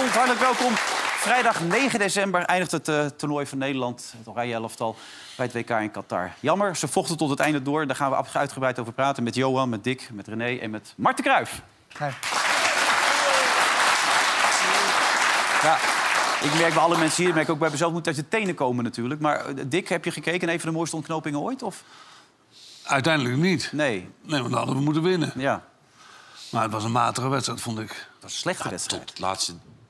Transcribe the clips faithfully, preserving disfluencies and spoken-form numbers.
Goedenavond, hartelijk welkom. Vrijdag negen december eindigt het uh, toernooi van Nederland, het Oranje elftal, bij het W K in Qatar. Jammer, ze vochten tot het einde door. Daar gaan we uitgebreid over praten met Johan, met Dick, met René en met Marten Cruijff. Hey. Ja, ik merk bij alle mensen hier, ik merk ook bij mezelf, moet uit de tenen komen natuurlijk. Maar uh, Dick, heb je gekeken naar een van de mooiste ontknopingen ooit? Of? Uiteindelijk niet. Nee. Nee, want dan hadden we moeten winnen. Ja. Maar het was een matige wedstrijd, vond ik. Dat was een slechte ja, wedstrijd. Tot het laatste...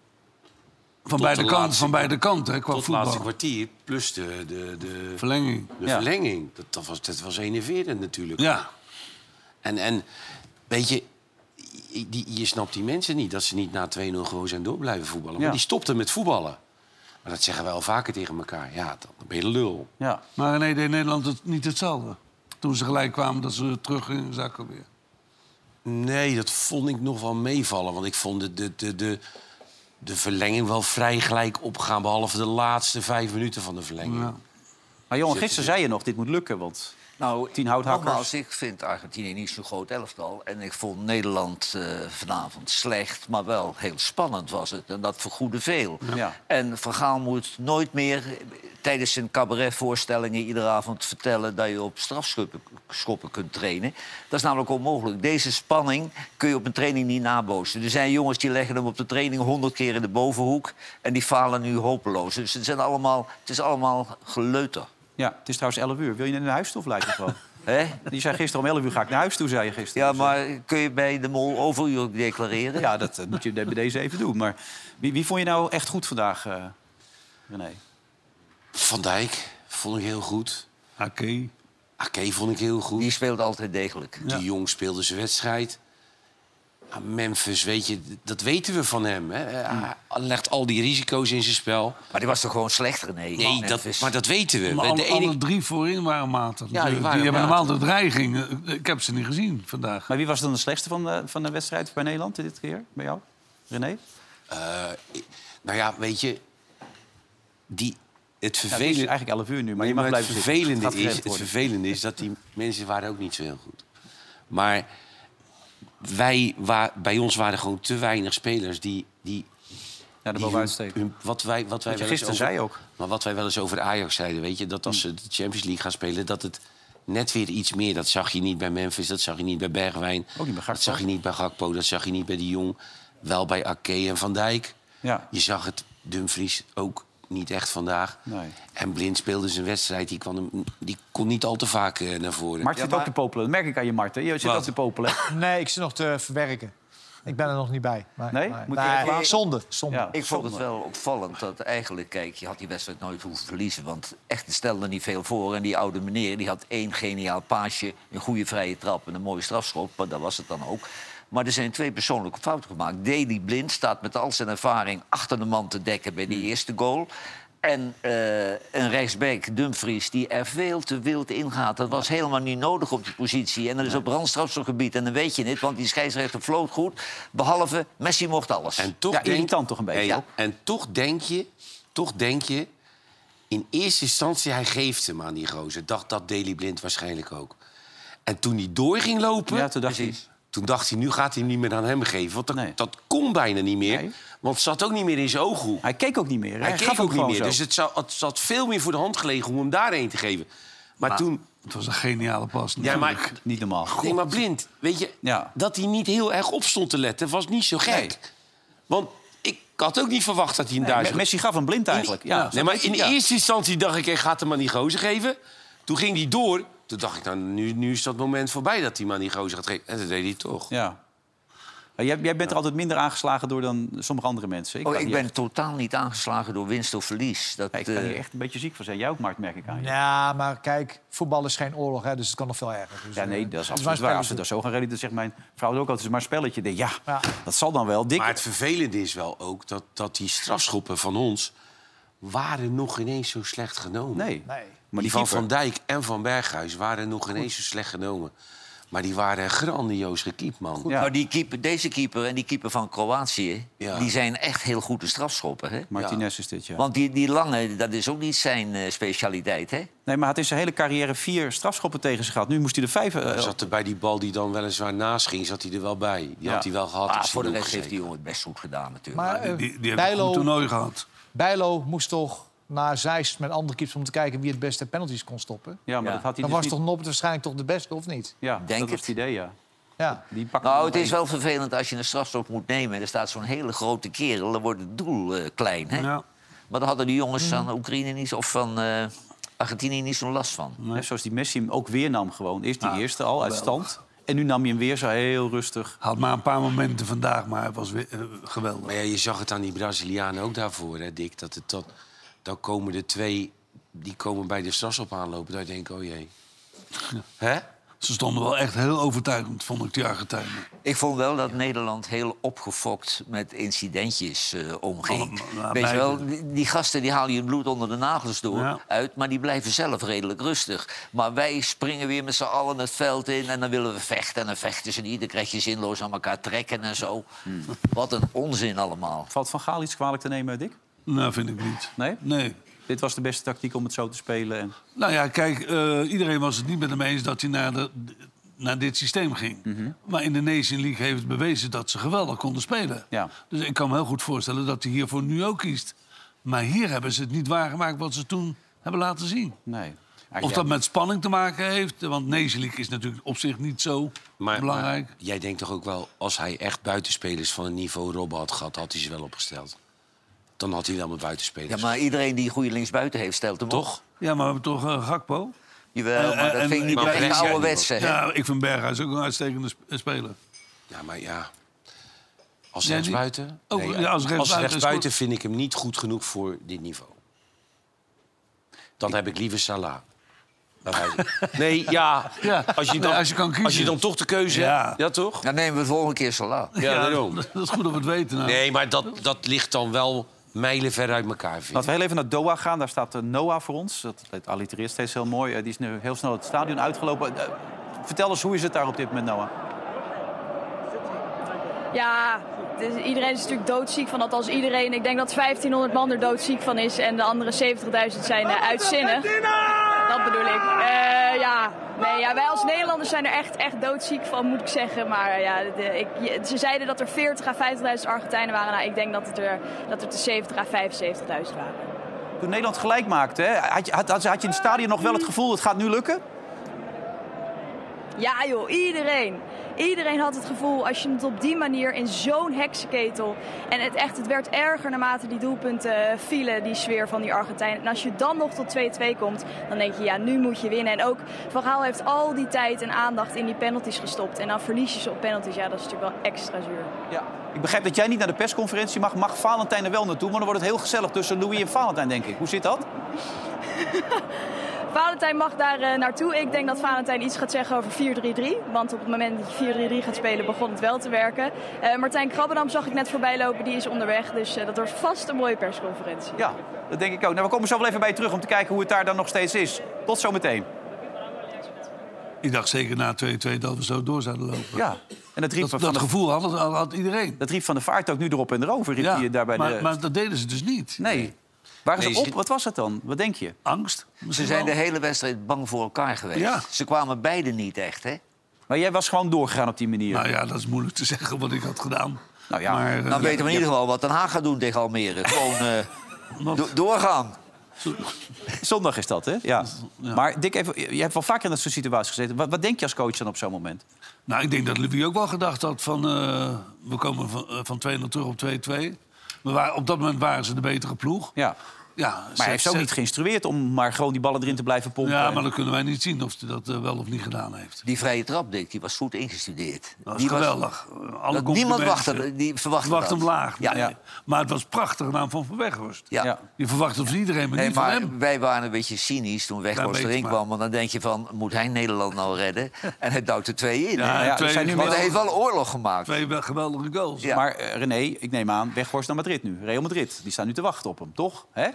Van beide, kant, van beide kanten, hè, qua tot het voetbal. laatste kwartier, plus de, de, de verlenging. De ja. verlenging. Dat, dat, was, dat was enerverend natuurlijk. Ja. En, en weet je, die, je snapt die mensen niet. Dat ze niet na twee nul gewoon zijn door blijven voetballen. Maar ja. die stopten met voetballen. Maar dat zeggen wij al vaker tegen elkaar. Ja, dan ben je de lul. Ja. Maar nee, deed Nederland het niet hetzelfde. Toen ze gelijk kwamen dat ze terug gingen zakken weer. Nee, dat vond ik nog wel meevallen. Want ik vond de, de, de, de, de verlenging wel vrij gelijk opgaan. Behalve de laatste vijf minuten van de verlenging. Ja. Maar Johan, gisteren zei je nog, dit moet lukken, want... Nou, tien houthakkers. nogmaals, ik vind Argentinië niet zo'n groot elftal. En ik vond Nederland uh, vanavond slecht, maar wel heel spannend was het. En dat vergoedde veel. Ja. En Van Gaal moet nooit meer tijdens zijn cabaretvoorstellingen iedere avond vertellen dat je op strafschoppen kunt trainen. Dat is namelijk onmogelijk. Deze spanning kun je op een training niet nabootsen. Er zijn jongens die leggen hem op de training honderd keer in de bovenhoek. En die falen nu hopeloos. Dus het, zijn allemaal, het is allemaal geleuter. Ja, het is trouwens elf uur. Wil je naar huis toe of lijkt het gewoon? He? Die zei gisteren om elf uur ga ik naar huis toe, zei je gisteren. Ja, maar kun je bij de Mol overuur declareren? Ja, dat uh, moet je bij deze even doen. Maar wie, wie vond je nou echt goed vandaag, uh, René? Van Dijk vond ik heel goed. Ake. Ake vond ik heel goed. Die speelt altijd degelijk. Die ja. jong speelde zijn wedstrijd. Ja, Memphis, weet je, dat weten we van hem. Hè. Hij legt al die risico's in zijn spel. Maar die was toch gewoon slecht, René? Nee, dat, maar dat weten we. Maar alle, de ene... alle drie voorin waren matig. Ja, die, die, waren die hebben matig. normaal de dreiging. Ik heb ze niet gezien vandaag. Maar wie was dan de slechtste van de, van de wedstrijd bij Nederland dit keer? Bij jou, René? Uh, nou ja, weet je... Die, het vervelende... Ja, het is eigenlijk elf uur nu, maar je mag maar blijven het vervelende, zitten. Het is, het vervelende is dat die mensen waren ook niet zo heel goed. Maar wij, waar, bij ons waren gewoon te weinig spelers die... die ja, de die bovenuit steken. hun, wat wij, wat wij wat je wel eens gisteren over, zei ook. Maar wat wij wel eens over Ajax zeiden, weet je... dat als ze de Champions League gaan spelen, dat het net weer iets meer... dat zag je niet bij Memphis, dat zag je niet bij Bergwijn. Ook niet bij Gakpo. Dat zag je niet bij Gakpo, dat zag je niet bij de Jong. Wel bij Ake en Van Dijk. Ja. Je zag het Dumfries ook niet echt vandaag. Nee. En Blind speelde zijn wedstrijd, die, kwam hem, die kon niet al te vaak uh, naar voren. Marten zit ja, maar... ook te popelen, dat merk ik aan je, Marten. Je zit Wat? ook te popelen. Nee, ik zit nog te verwerken. Ik ben er nog niet bij. Maar, Nee? maar, Moet je nee, even laten? zonde. zonde. Ja. Ik vond het wel opvallend dat eigenlijk, kijk, je had die wedstrijd nooit hoeven verliezen. Want echt, er stelde niet veel voor. En die oude meneer die had één geniaal paasje, een goede vrije trap en een mooie strafschop. Maar dat was het dan ook. Maar er zijn twee persoonlijke fouten gemaakt. Daley Blind staat met al zijn ervaring achter de man te dekken bij die eerste goal. En uh, een rechtsback, Dumfries, die er veel te wild ingaat. Dat was helemaal niet nodig op die positie. En dat is op randstrafschopgebied. En dan weet je het, want die scheidsrechter floot goed. Behalve, Messi mocht alles. En toch Ja, denk, irritant toch een beetje. Hey, Ja. En toch denk je, toch denk je... in eerste instantie, hij geeft hem aan die gozer. Dacht dat Daley Blind waarschijnlijk ook. En toen hij door ging lopen... Ja, toen dacht hij... Precies. Toen dacht hij, nu gaat hij hem niet meer aan hem geven. Want dat, Nee. dat kon bijna niet meer. Nee. Want het zat ook niet meer in zijn ooghoek. Hij keek ook niet meer. Hij Hij keek gaf hem ook niet gewoon meer. zo. Dus het, zou, het zat veel meer voor de hand gelegen om hem daarheen te geven. Maar, Maar- toen... Het was een geniale pas. Ja, maar, natuurlijk. Niet normaal. nee, maar Blind, weet je... Ja. Dat hij niet heel erg op stond te letten, was niet zo gek. Nee. Want ik had ook niet verwacht dat hij hem Nee, daar... Me- zo- Messi gaf hem blind eigenlijk. In die- Ja, nee, maar in ja. eerste instantie dacht ik, hij gaat hem aan die gozer geven. Toen ging hij door. Toen dacht ik, nou, nu, nu is dat moment voorbij dat hij hem aan die gozer gaat geven. En dat deed hij toch. Ja. Maar Jij, jij bent er altijd minder aangeslagen door dan sommige andere mensen. Oh, kan ik niet ben echt- totaal niet aangeslagen door winst of verlies. Dat, Ja, ik ben eh, hier echt een beetje ziek van zijn. Jij ook, Mart, merk ik aan je. Ja, maar kijk, voetbal is geen oorlog, hè, dus het kan nog veel erger. Dus, Ja, nee, eh, dat is het absoluut maar waar. Als spelletje. we dat zo gaan redden, dan zegt mijn vrouw ook altijd... het is maar een spelletje. Ik denk, ja, Ja. dat zal dan wel. Dik. Maar het vervelende is wel ook dat, dat die strafschoppen van ons... waren nog ineens zo slecht genomen. Nee. Nee. Maar Die die van keeper- Van Dijk en Van Berghuis waren nog ineens zo slecht genomen. Maar die waren grandioos gekiept, man. Ja. Nou, die keeper, deze keeper en die keeper van Kroatië... Ja. die zijn echt heel goed de strafschoppen, hè? Martinez is dit, ja. Want die, die lange, dat is ook niet zijn uh, specialiteit, hè? Nee, maar hij had in zijn hele carrière vier strafschoppen tegen zich gehad. Nu moest hij er vijf... Uh, Hij zat er bij die bal die dan weliswaar naast ging, zat hij er wel bij. Die Ja. had hij wel gehad. Ah, als voor de hij rest erop heeft die gezeten. jongen het best goed gedaan, natuurlijk. Maar eh, Die, die heeft een Bijlo, goed toernooi gehad. Bijlo moest toch naar Zeist met andere keepers... om te kijken wie het beste penalties kon stoppen. ja, maar Ja. dat had hij Dan dus was niet... toch Noppert waarschijnlijk toch de beste, of niet? Ja, Denk dat was het. het idee, ja. Ja. Die pakte Nou, hem het is mee. wel vervelend als je een strafschop moet nemen... en er staat zo'n hele grote kerel, dan wordt het doel uh, klein, hè? Ja. Maar daar hadden die jongens van Oekraïne niet... of van uh, Argentinië niet zo'n last van. Hè, zoals die Messi hem ook weer nam gewoon. Eerst die Ah, eerste al, uit stand. En nu nam hij hem weer zo heel rustig. Had maar een paar momenten vandaag, maar het was weer uh, geweldig. Maar ja, je zag het aan die Brazilianen ook daarvoor, hè, Dick. Dat het tot, dan komen de twee, die komen bij de strafschop aanlopen. Dan denk ik, oh jee. Hè? Ze stonden wel echt heel overtuigend, vond ik, die Argentijnen. Ik vond wel dat Nederland heel opgefokt met incidentjes uh, omging. Oh, nou, Weet je beide. wel, die, die gasten die halen je het bloed onder de nagels door Ja. uit... maar die blijven zelf redelijk rustig. Maar wij springen weer met z'n allen het veld in... en dan willen we vechten en dan vechten ze niet. Dan krijg je zinloos aan elkaar trekken en zo. Hmm. Wat een onzin allemaal. Valt Van Gaal iets kwalijk te nemen, Dick? Nou, vind ik niet. Nee? Nee. Dit was de beste tactiek om het zo te spelen. En... Nou ja, kijk, uh, iedereen was het niet met hem eens dat hij naar, de, naar dit systeem ging. Mm-hmm. Maar in de Nation League heeft het bewezen dat ze geweldig konden spelen. Ja. Dus ik kan me heel goed voorstellen dat hij hiervoor nu ook kiest. Maar hier hebben ze het niet waargemaakt wat ze toen hebben laten zien. Nee. Of dat met spanning te maken heeft. Want Nation League is natuurlijk op zich niet zo Maar, belangrijk. maar jij denkt toch ook wel, als hij echt buitenspelers van een niveau Robben had gehad, had hij ze wel opgesteld. Dan had hij wel met buitenspelers. Ja, maar iedereen die goede linksbuiten heeft, stelt hem Toch? op. Ja, maar we hebben toch uh, Gakpo? Jawel, Eh, maar dat en- vind ik niet maar echt Brescia ouderwetse, hè? Ja, ik vind Berghuis ook een uitstekende sp- speler. Ja, maar ja. Als Ja, die- rechtsbuiten? Ook, Nee, ja, als rechtsbuiten is rechtsbuiten goed. vind ik hem niet goed genoeg voor dit niveau. Dan heb ik liever Salah. Bij wijze- Nee, ja. Ja, Als je, nee, dan, als je kan kiezen. als je dan toch de keuze Ja. hebt. Ja, toch? Dan nemen we de volgende keer Salah. Ja, daarom. dat is goed dat we het weten. Nou. Nee, maar dat, dat ligt dan wel mijlenver uit elkaar, vind ik. Laten we heel even naar Doha gaan. Daar staat uh, Noah voor ons. Dat, dat allitereert steeds heel mooi. Uh, die is nu heel snel het stadion uitgelopen. Uh, vertel eens, hoe is het daar op dit moment, Noah? Ja, dus iedereen is natuurlijk doodziek van. Althans iedereen. Ik denk dat vijftienhonderd man er doodziek van is. En de andere zeventigduizend zijn uh, uitzinnig. Dat bedoel ik. Uh, ja, nee, ja, wij als Nederlanders zijn er echt, echt doodziek van, moet ik zeggen. Maar ja, de, ik, je, ze zeiden dat er veertig à vijftigduizend Argentijnen waren. Nou, ik denk dat het er, dat het er zeventig à vijfenzeventigduizend waren. Toen Nederland gelijk maakte, hè, had, je, had, had je in het stadion nog wel het gevoel... het gaat nu lukken? Ja joh, iedereen. Iedereen had het gevoel, als je het op die manier in zo'n heksenketel... en het, echt, het werd erger naarmate die doelpunten vielen, die sfeer van die Argentijnen. En als je dan nog tot twee-twee komt, dan denk je, ja, nu moet je winnen. En ook Van Gaal heeft al die tijd en aandacht in die penalties gestopt. En dan verlies je ze op penalties, ja, dat is natuurlijk wel extra zuur. Ja. Ik begrijp dat jij niet naar de persconferentie mag. Mag Valentijn er wel naartoe? Maar dan wordt het heel gezellig tussen Louis en Valentijn, denk ik. Hoe zit dat? Valentijn mag daar uh, naartoe. Ik denk dat Valentijn iets gaat zeggen over vier drie drie. Want op het moment dat je vier drie drie gaat spelen, begon het wel te werken. Uh, Martijn Krabbendam zag ik net voorbij lopen. Die is onderweg. Dus uh, dat wordt vast een mooie persconferentie. Ja, dat denk ik ook. Nou, we komen zo wel even bij je terug om te kijken hoe het daar dan nog steeds is. Tot zometeen. Ik dacht zeker na twee-twee dat we zo door zouden lopen. Ja, en dat riep, Dat, van, dat de, gevoel had, had, had iedereen. dat riep Van de Vaart ook nu erop en erover. Riep Ja, hij daar bij maar, de... maar dat deden ze dus niet. Nee. Waren ze Nee, op? ze- Wat was het dan? Wat denk je? Angst? Ze misschien zijn de wel. hele wedstrijd bang voor elkaar geweest. Ja. Ze kwamen beide niet echt, hè? Maar jij was gewoon doorgegaan op die manier. Nou ja, dat is moeilijk te zeggen wat ik had gedaan. Nou ja, maar, eh, Dan weten we in ieder geval wat Den Haag gaat doen tegen Almere. Gewoon uh, do- doorgaan. Zondag is dat, hè? Ja. Ja. Maar Dick, even, je hebt wel vaker in dat soort situaties gezeten. Wat, wat denk je als coach dan op zo'n moment? Nou, ik denk dat Louis ook wel gedacht had van... Uh, we komen van, uh, van twee nul terug op twee-twee. We waren, op dat moment waren ze de betere ploeg. Ja. Ja, Maar hij heeft ze ook zet- niet geïnstrueerd om maar gewoon die ballen erin te blijven pompen. Ja, maar dan kunnen wij niet zien of hij dat uh, wel of niet gedaan heeft. Die vrije trap, Dick, die was goed ingestudeerd. Dat was die geweldig. Alle dat niemand complimenten. wachtte, die verwachtte Verwacht dat. hem laag. Ja, Nee. ja. Maar het was prachtig naam van Van Weghorst. Ja. Ja. Je verwacht het van iedereen, maar Nee, niet van maar hem. wij waren een beetje cynisch toen Weghorst weet ik erin maar. kwam. Want dan denk je van, moet hij Nederland nou redden? En hij duwt er twee in. Ja, hè? ja, er twee, zijn nu Want hij heeft geweldige, wel oorlog gemaakt. twee wel- geweldige goals. Ja. Maar uh, René, ik neem aan, Weghorst naar Madrid nu. Real Madrid, die staan nu te wachten op hem, toch? Hè?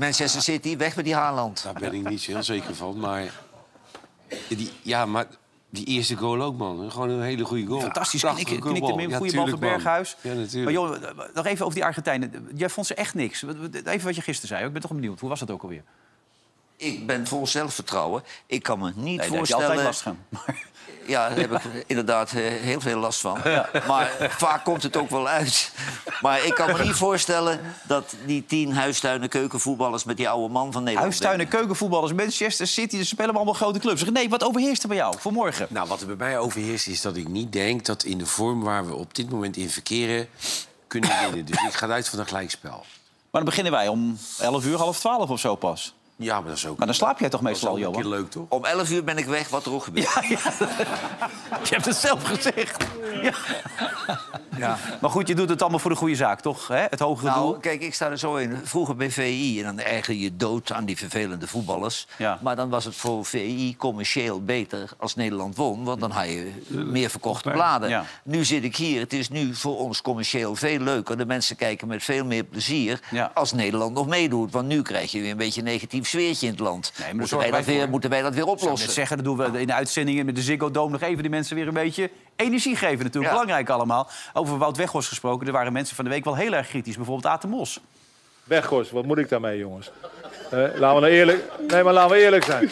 Manchester City, weg met die Haaland. Daar ben ik niet zo heel zeker van. Maar, die, ja, maar Die eerste goal ook, man. Gewoon een hele goede goal. Fantastisch. Prachtige Knik, knikte hem in, Ja, goede bal van tuurlijk, man. Berghuis. Ja, natuurlijk. Maar joh, nog even over die Argentijnen. Jij vond ze echt niks. Even wat je gisteren zei. Ik ben toch benieuwd. Hoe was dat ook alweer? Ik ben vol zelfvertrouwen. Ik kan me niet Nee, daar heb je voorstellen... altijd last van. Maar- Ja, daar heb ik inderdaad eh, heel veel last van. Maar vaak komt het ook wel uit. Maar ik kan me niet voorstellen dat die tien huistuin- en keukenvoetballers... met die oude man van Nederland... Huistuin en denken. keukenvoetballers, Manchester City, ze spelen allemaal grote clubs. Zeg, nee, wat overheerst er bij jou voor morgen? Nou, wat er bij mij overheerst is dat ik niet denk... dat in de vorm waar we op dit moment in verkeren... kunnen winnen. Dus ik ga uit van een gelijkspel. Maar dan beginnen wij om elf uur, half twaalf of zo pas. Ja, maar dat is ook... Maar dan slaap jij toch dat is meestal al, ook een Johan? keer leuk, toch? Om elf uur ben ik weg, wat er ook gebeurt. Ja, ja. Je hebt het zelf gezegd. Ja. Ja. Maar goed, je doet het allemaal voor de goede zaak, toch? Hè? Het hogere Nou, doel. kijk, ik sta er zo in. Vroeger bij V I en dan eigen je dood aan die vervelende voetballers. Ja. Maar dan was het voor V I commercieel beter als Nederland won. Want dan had je meer verkochte bladen. Ja. Nu zit ik hier. Het is nu voor ons commercieel veel leuker. De mensen kijken met veel meer plezier Ja. als Nederland nog meedoet. Want nu krijg je weer een beetje een negatief sfeertje in het land. daar moeten, zorgen wij dat wij weer, voor. moeten wij dat weer Ik zou oplossen? net zeggen, dat doen we in de uitzendingen met de Ziggo Dome nog even die mensen weer een beetje energie geven natuurlijk. Ja. Belangrijk allemaal. Over Wout Weghorst gesproken, er waren mensen van de week wel heel erg kritisch. Bijvoorbeeld Aad de Mos. Weghorst, wat moet ik daarmee, jongens? Eh, laten we nou eerlijk... Nee, maar laten we eerlijk zijn.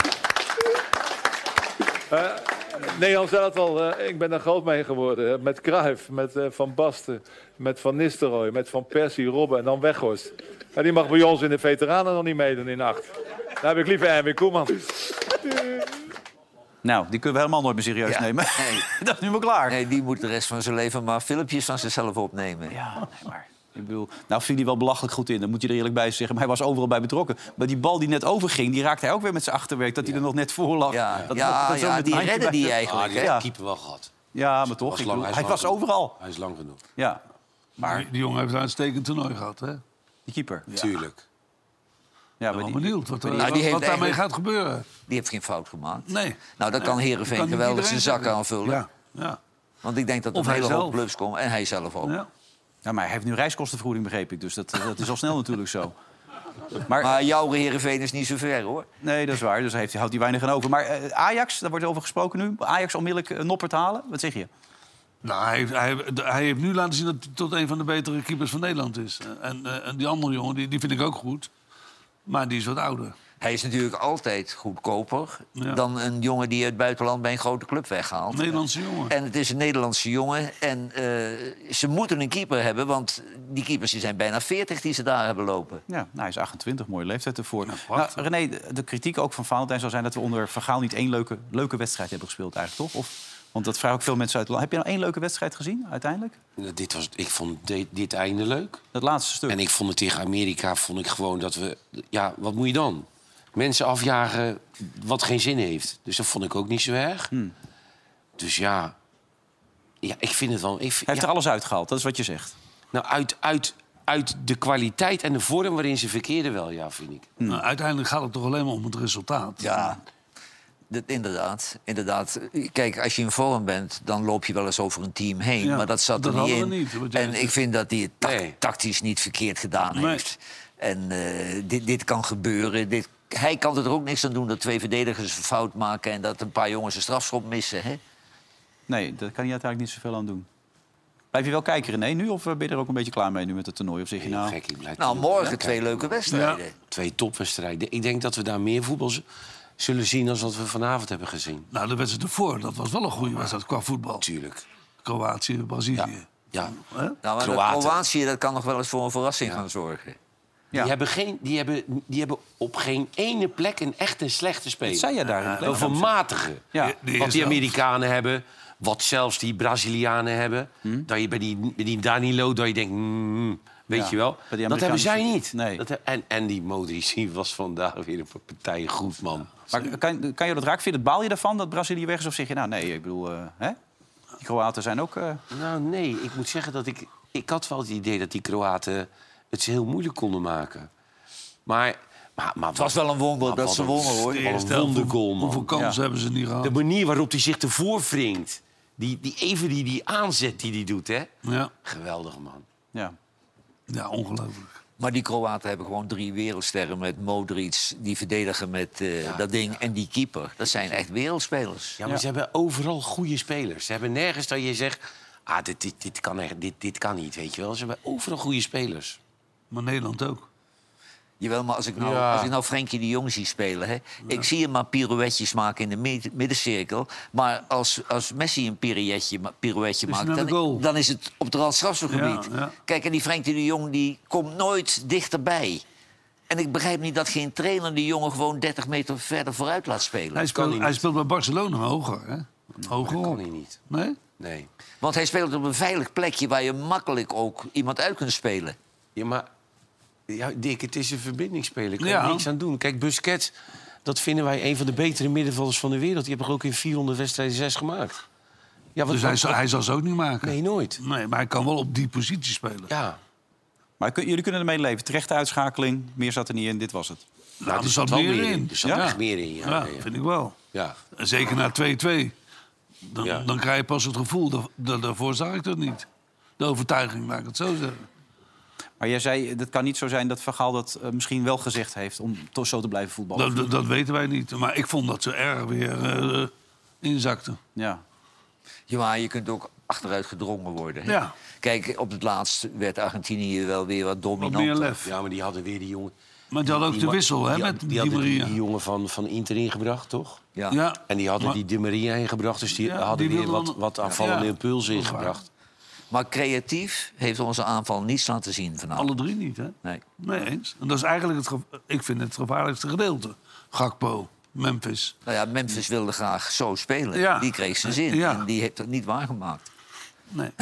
Eh, Nederland zei het al, eh, ik ben daar groot mee geworden. Eh, met Cruijff, met eh, Van Basten, met Van Nistelrooy, met Van Persie, Robben en dan Weghorst. Ja, die mag bij ons in de veteranen nog niet meedoen in acht. Daar heb ik liever Erwin Koeman. Nou, die kunnen we helemaal nooit meer serieus Ja. nemen. Nee. Dat is nu wel klaar. Nee, die moet de rest van zijn leven maar filmpjes van zichzelf opnemen. Ja, nee, maar... Ik bedoel, nou viel hij wel belachelijk goed in, dan moet je er eerlijk bij zeggen. Maar hij was overal bij betrokken. Maar die bal die net overging, die raakte hij ook weer met zijn achterwerk. Dat hij er nog net voor lag. Ja, dat, ja, dat zo ja met die een handje redden bij die de- eigenlijk. Ah, die hè? Ja. keeper wel gehad. Ja, maar toch. Was ik lang- bedoel, hij hij is was lang genoeg. overal. Hij is lang genoeg. Ja, Maar die jongen heeft een uitstekend toernooi gehad, hè? die keeper. Tuurlijk. Ja, Ik maar ben die, benieuwd wat, er, Nou, die wat, heeft wat daarmee eigenlijk- gaat gebeuren. Die heeft geen fout gemaakt. Nee. Nou, dan kan Nee, Heerenveen kan niet geweldig zijn iedereen zak zeggen. aanvullen. Ja, ja. Want ik denk dat er Of een hele hij hoop zelf. clubs komen. En hij zelf ook. ja. ja, maar hij heeft nu reiskostenvergoeding, begreep ik. Dus dat, dat is al snel natuurlijk zo. Maar, Maar jouw Heerenveen is niet zo ver, hoor. nee, dat is waar. Dus hij heeft, houdt hij weinig aan over. Maar eh, Ajax, daar wordt over gesproken nu. Ajax onmiddellijk een Noppert halen. Wat zeg je? Nou, hij, heeft, hij, hij heeft nu laten zien dat hij tot een van de betere keepers van Nederland is. En, eh, en die andere jongen, die, die vind ik ook goed. Maar die is wat ouder. Hij is natuurlijk altijd goedkoper Ja. dan een jongen die uit het buitenland bij een grote club weghaalt. Nederlandse jongen. En het is een Nederlandse jongen. En eh, ze moeten een keeper hebben, want die keepers die zijn bijna veertig die ze daar hebben lopen. Ja, nou, hij is achtentwintig, mooie leeftijd ervoor. Ja, nou, prachtig. René, de, de kritiek ook van Valentijn zou zijn dat we onder Van Gaal niet één leuke, leuke wedstrijd hebben gespeeld eigenlijk, toch? Of, want dat vragen ook veel mensen uit het land. Heb je nou één leuke wedstrijd gezien, uiteindelijk? Nou, Dit was, ik vond dit, dit einde leuk. Dat laatste stuk. En ik vond het tegen Amerika, vond ik gewoon dat we... Ja, wat moet je dan? Mensen afjagen wat geen zin heeft. Dus dat vond ik ook niet zo erg. Hmm. Dus ja... Ja, ik vind het wel... Ik, vind- Hij heeft ja, er alles uitgehaald, dat is wat je zegt. nou, uit, uit, uit de kwaliteit en de vorm waarin ze verkeerden wel, ja, vind ik. Nou, uiteindelijk gaat het toch alleen maar om het resultaat. Ja, dat, inderdaad, inderdaad. Kijk, als je in vorm bent, dan loop je wel eens over een team heen. Ja, maar dat zat dat er niet in. hadden we niet, wat jij en zegt. ik vind dat hij het ta- Nee. tactisch niet verkeerd gedaan Nee. heeft. En eh, dit, dit kan gebeuren. Dit, hij kan er ook niks aan doen dat twee verdedigers een fout maken... en dat een paar jongens een strafschop missen, hè? Nee, daar kan hij uiteindelijk niet zoveel aan doen. Blijf je wel kijken, René, nu? Of ben je er ook een beetje klaar mee nu met het toernooi? Of zeg je Heel nou... gek, ik blijf Nou, toe. morgen Ja, twee kijk, leuke wedstrijden. Twee topwedstrijden. Ik denk dat we daar meer voetbal z- zullen zien dan wat we vanavond hebben gezien. Nou, de wedstrijd ervoor, dat was wel een goede wedstrijd qua voetbal. Natuurlijk. Kroatië, Brazilië. Ja. Hè? Nou, maar dat Kroaten. Kroatië, dat kan nog wel eens voor een verrassing gaan zorgen. Ja. Die, hebben geen, die, hebben, die hebben op geen ene plek een echt een slechte speler. Dat zei je daar in de Wel van matige. Ja. Die- die Wat is die wel- Amerikanen hebben, wat zelfs die Brazilianen hebben. Dat je bij die, bij die Danilo, dat je denkt... mm, weet Ja, je wel, bij die dat hebben zij Amerikaanse- niet. Nee. Dat, he- en, en die Modric die was vandaag weer een partij goed, man. Maar kan, kan je dat raak vinden? Baal je daarvan dat Brazilië weg is? Of zeg je, nou nee, ik bedoel... eh, hè? Die Kroaten zijn ook... eh, Nou, nee, ik moet zeggen dat ik... Ik had wel het idee dat die Kroaten het ze heel moeilijk konden maken. Maar... maar, maar Het was wel een wonder maar dat wat ze wonnen, hoor. De Wat een eerste helft, wondergoal, man. Hoeveel kansen Ja. hebben ze niet gehad? De manier waarop hij zich ervoor wringt. Die, die even die, die aanzet die hij doet, hè? Ja. Geweldig, man. ja. ja, ongelooflijk. Maar die Kroaten hebben gewoon drie wereldsterren met Modric, die verdedigen met uh, ja, dat ding, ja. en die keeper. Dat zijn echt wereldspelers. Ja, maar ja. ze hebben overal goede spelers. Ze hebben nergens dat je zegt, ah, dit, dit, dit, kan, er, dit, dit kan niet, weet je wel. Ze hebben overal goede spelers. Maar Nederland ook. Jawel, maar als ik nou, ja. als ik nou Frenkie de Jong zie spelen... Hè, ja. ik zie hem maar pirouetjes maken in de middencirkel. Maar als, als Messi een pirouetje, pirouetje maakt... Dan, dan is het op het randstrafgebied. Ja, ja. Kijk, en die Frenkie de Jong die komt nooit dichterbij. En ik begrijp niet dat geen trainer die jongen gewoon dertig meter verder vooruit laat spelen. Hij speelt, hij speelt bij Barcelona hoger, hè? Hoger dat kan hij niet. Nee? Nee. Want hij speelt op een veilig plekje waar je makkelijk ook iemand uit kunt spelen. Ja, maar... Ja, Dick, het is een verbindingsspeler. Ik kan ja. er niks aan doen. Kijk, Busquets, dat vinden wij een van de betere middenvelders van de wereld. Die hebben er ook in vierhonderd wedstrijden zes gemaakt. Ja, wat, dus hij, wat, hij zal ze ook niet maken? Nee, nooit. Nee, maar hij kan wel op die positie spelen. Ja. Maar kun, jullie kunnen ermee leven. Terechte uitschakeling, meer zat er niet in, dit was het. Nou, nou er zat meer in. in. Er zat ja. echt meer in, ja. Ja, ja, vind ik wel. Ja. En zeker na twee-twee. Dan, ja. dan krijg je pas het gevoel, dat, dat, daarvoor zag ik dat niet. De overtuiging, laat ik het zo zeggen. Maar jij zei, het kan niet zo zijn dat Van Gaal dat uh, misschien wel gezegd heeft... om toch zo te blijven voetballen. Dat, dat, dat weten wij niet. Maar ik vond dat ze erg weer uh, inzakten. Ja. Ja, maar je kunt ook achteruit gedrongen worden. Hè? Ja. Kijk, op het laatst werd Argentinië wel weer wat dominanter. Wat meer lef. Ja, maar die hadden weer die jongen... Maar die hadden ook die, de wissel, hè, die, met die, Di Maria. Die, die jongen van, van Inter ingebracht, toch? Ja. ja. En die hadden maar, die Di Maria ingebracht, dus die ja, hadden die weer wat, dan, wat aanvallende ja. impulsen ingebracht. Maar creatief heeft onze aanval niets laten zien vanavond. Alle drie niet, hè? Nee. Nee eens. En dat is eigenlijk het, ge- ik vind het gevaarlijkste gedeelte. Gakpo, Memphis. Nou ja, Memphis wilde graag zo spelen. Ja. Die kreeg zijn zin Ja. en die heeft het niet waargemaakt. Nee.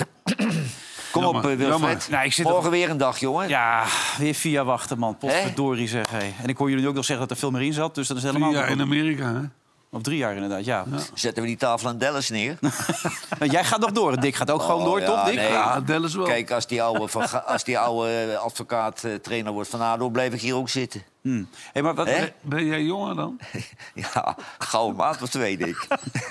Kom Jammer, op, uh, Wilfred. Nou, ik zit Morgen op... weer een dag, jongen. Ja, weer via wachten, man. Potverdorie, zeg. Hey. En ik hoor jullie ook nog zeggen dat er veel meer in zat. Dus dat is helemaal... Ja, in Amerika, hè? Of drie jaar inderdaad, ja. ja. Zetten we die tafel aan Dallas neer? Jij gaat nog door. Dick gaat ook oh, gewoon door, ja, toch, Dick? Nee. Ja, Dallas wel. Kijk, als die oude, als die oude advocaat uh, trainer wordt van A D O, blijf ik hier ook zitten. Hmm. Hey, maar wat... Ben, ben jij jonger dan? Ja, gauw een maand of twee, Dick.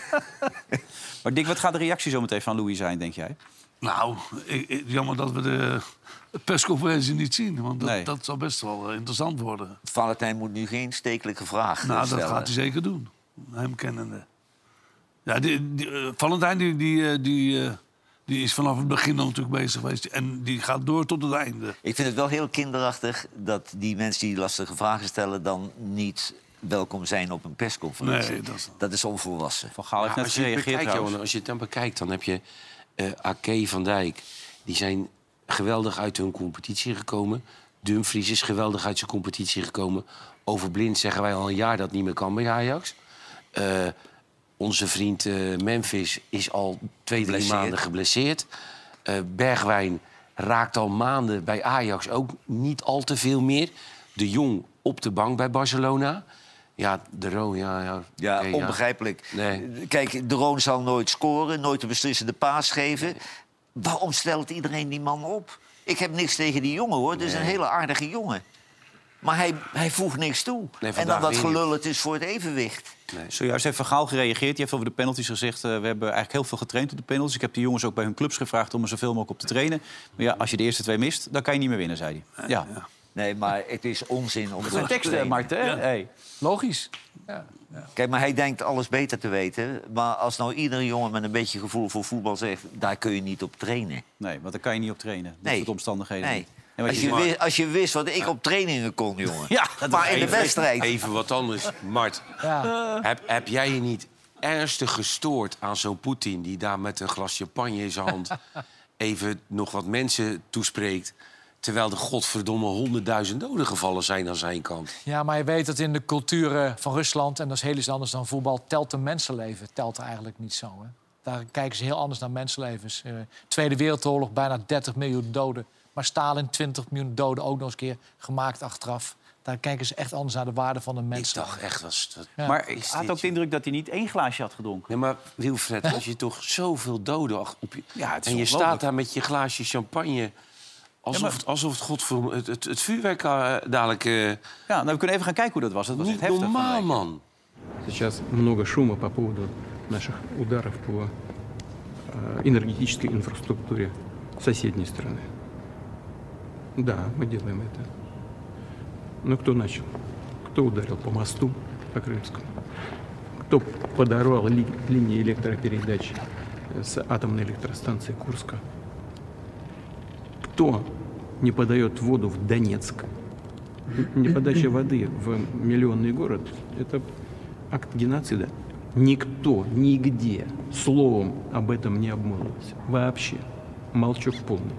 Maar Dick, wat gaat de reactie zo meteen van Louis zijn, denk jij? Nou, ik, ik, jammer dat we de persconferentie niet zien. Want dat, nee. dat zal best wel interessant worden. Valentijn moet nu geen stekelijke vraag nou, stellen. Dat gaat hij zeker doen. Hem kennende. Ja, die, die, uh, Valentijn die, die, die, uh, die is vanaf het begin natuurlijk bezig geweest. En die gaat door tot het einde. Ik vind het wel heel kinderachtig dat die mensen die lastige vragen stellen... dan niet welkom zijn op een persconferentie. Nee, dat is... dat is onvolwassen. Van Gaal heeft ja, net als, je gereageerd, bekijkt, Johan, als je het dan bekijkt, dan heb je uh, Ake, Van Dijk. Die zijn geweldig uit hun competitie gekomen. Dumfries is geweldig uit zijn competitie gekomen. Over Blind zeggen wij al een jaar dat het niet meer kan bij Ajax. Uh, onze vriend uh, Memphis is al twee, drie Blesseerd. maanden geblesseerd. Uh, Bergwijn raakt al maanden bij Ajax ook niet al te veel meer. De Jong op de bank bij Barcelona. Ja, De Roon, ja... Ja, ja okay, onbegrijpelijk. Ja. Nee. Kijk, De Roon zal nooit scoren, nooit een beslissende paas geven. Nee. Waarom stelt iedereen die man op? Ik heb niks tegen die jongen, hoor. Het is nee. een hele aardige jongen. Maar hij, hij voegt niks toe. Nee, en dan dat gelul, het is voor het evenwicht. Nee. Zojuist heeft Van Gaal gereageerd. Die heeft over de penalties gezegd... Uh, we hebben eigenlijk heel veel getraind op de penalties. Ik heb die jongens ook bij hun clubs gevraagd om er zoveel mogelijk op te trainen. Maar ja, als je de eerste twee mist, dan kan je niet meer winnen, zei hij. Ja. Ja. Nee, maar het is onzin om... Dat zijn teksten, Marten. Ja. Hey. Logisch. Ja. Ja. Kijk, maar hij denkt alles beter te weten. Maar als nou iedere jongen met een beetje gevoel voor voetbal zegt... daar kun je niet op trainen. Nee, want daar kan je niet op trainen. Dat nee. soort omstandigheden. Nee. Als je, wist, als je wist wat ik ja. op trainingen kon, jongen. Ja, dat maar in even, de wedstrijd... Even wat anders, Mart. Ja. Heb, heb jij je niet ernstig gestoord aan zo'n Poetin... die daar met een glas champagne in zijn hand... even nog wat mensen toespreekt... terwijl er godverdomme honderdduizend doden gevallen zijn aan zijn kant? Ja, maar je weet dat in de cultuur van Rusland... en dat is heel iets anders dan voetbal... telt een mensenleven telt er eigenlijk niet zo. Hè? Daar kijken ze heel anders naar mensenlevens. Uh, Tweede Wereldoorlog, bijna dertig miljoen doden... Maar Stalin, twintig miljoen doden, ook nog eens een keer gemaakt achteraf. Daar kijken ze echt anders naar de waarde van een mens. Ik dacht echt... Was dat... ja. Maar ik had ook de indruk dat hij niet één glaasje had gedronken. Nee, maar Wilfred, als je toch zoveel doden op je... Ja, het is en je staat daar met je glaasje champagne... alsof, ja, maar... het, alsof het, godver... het, het, het vuurwerk uh, dadelijk... Uh... Ja, nou, we kunnen even gaan kijken hoe dat was. Dat was niet echt heftig. Normaal, man. Сейчас много шума по поводу наших ударов по энергетической инфраструктуре соседней страны. Да, мы делаем это. Но кто начал? Кто ударил по мосту, по Крымскому? Кто подорвал ли, линии электропередач с атомной электростанции Курска? Кто не подает воду в Донецк? Неподача воды в миллионный город – это акт геноцида. Никто, нигде словом об этом не обмолвился. Вообще. Молчок полный.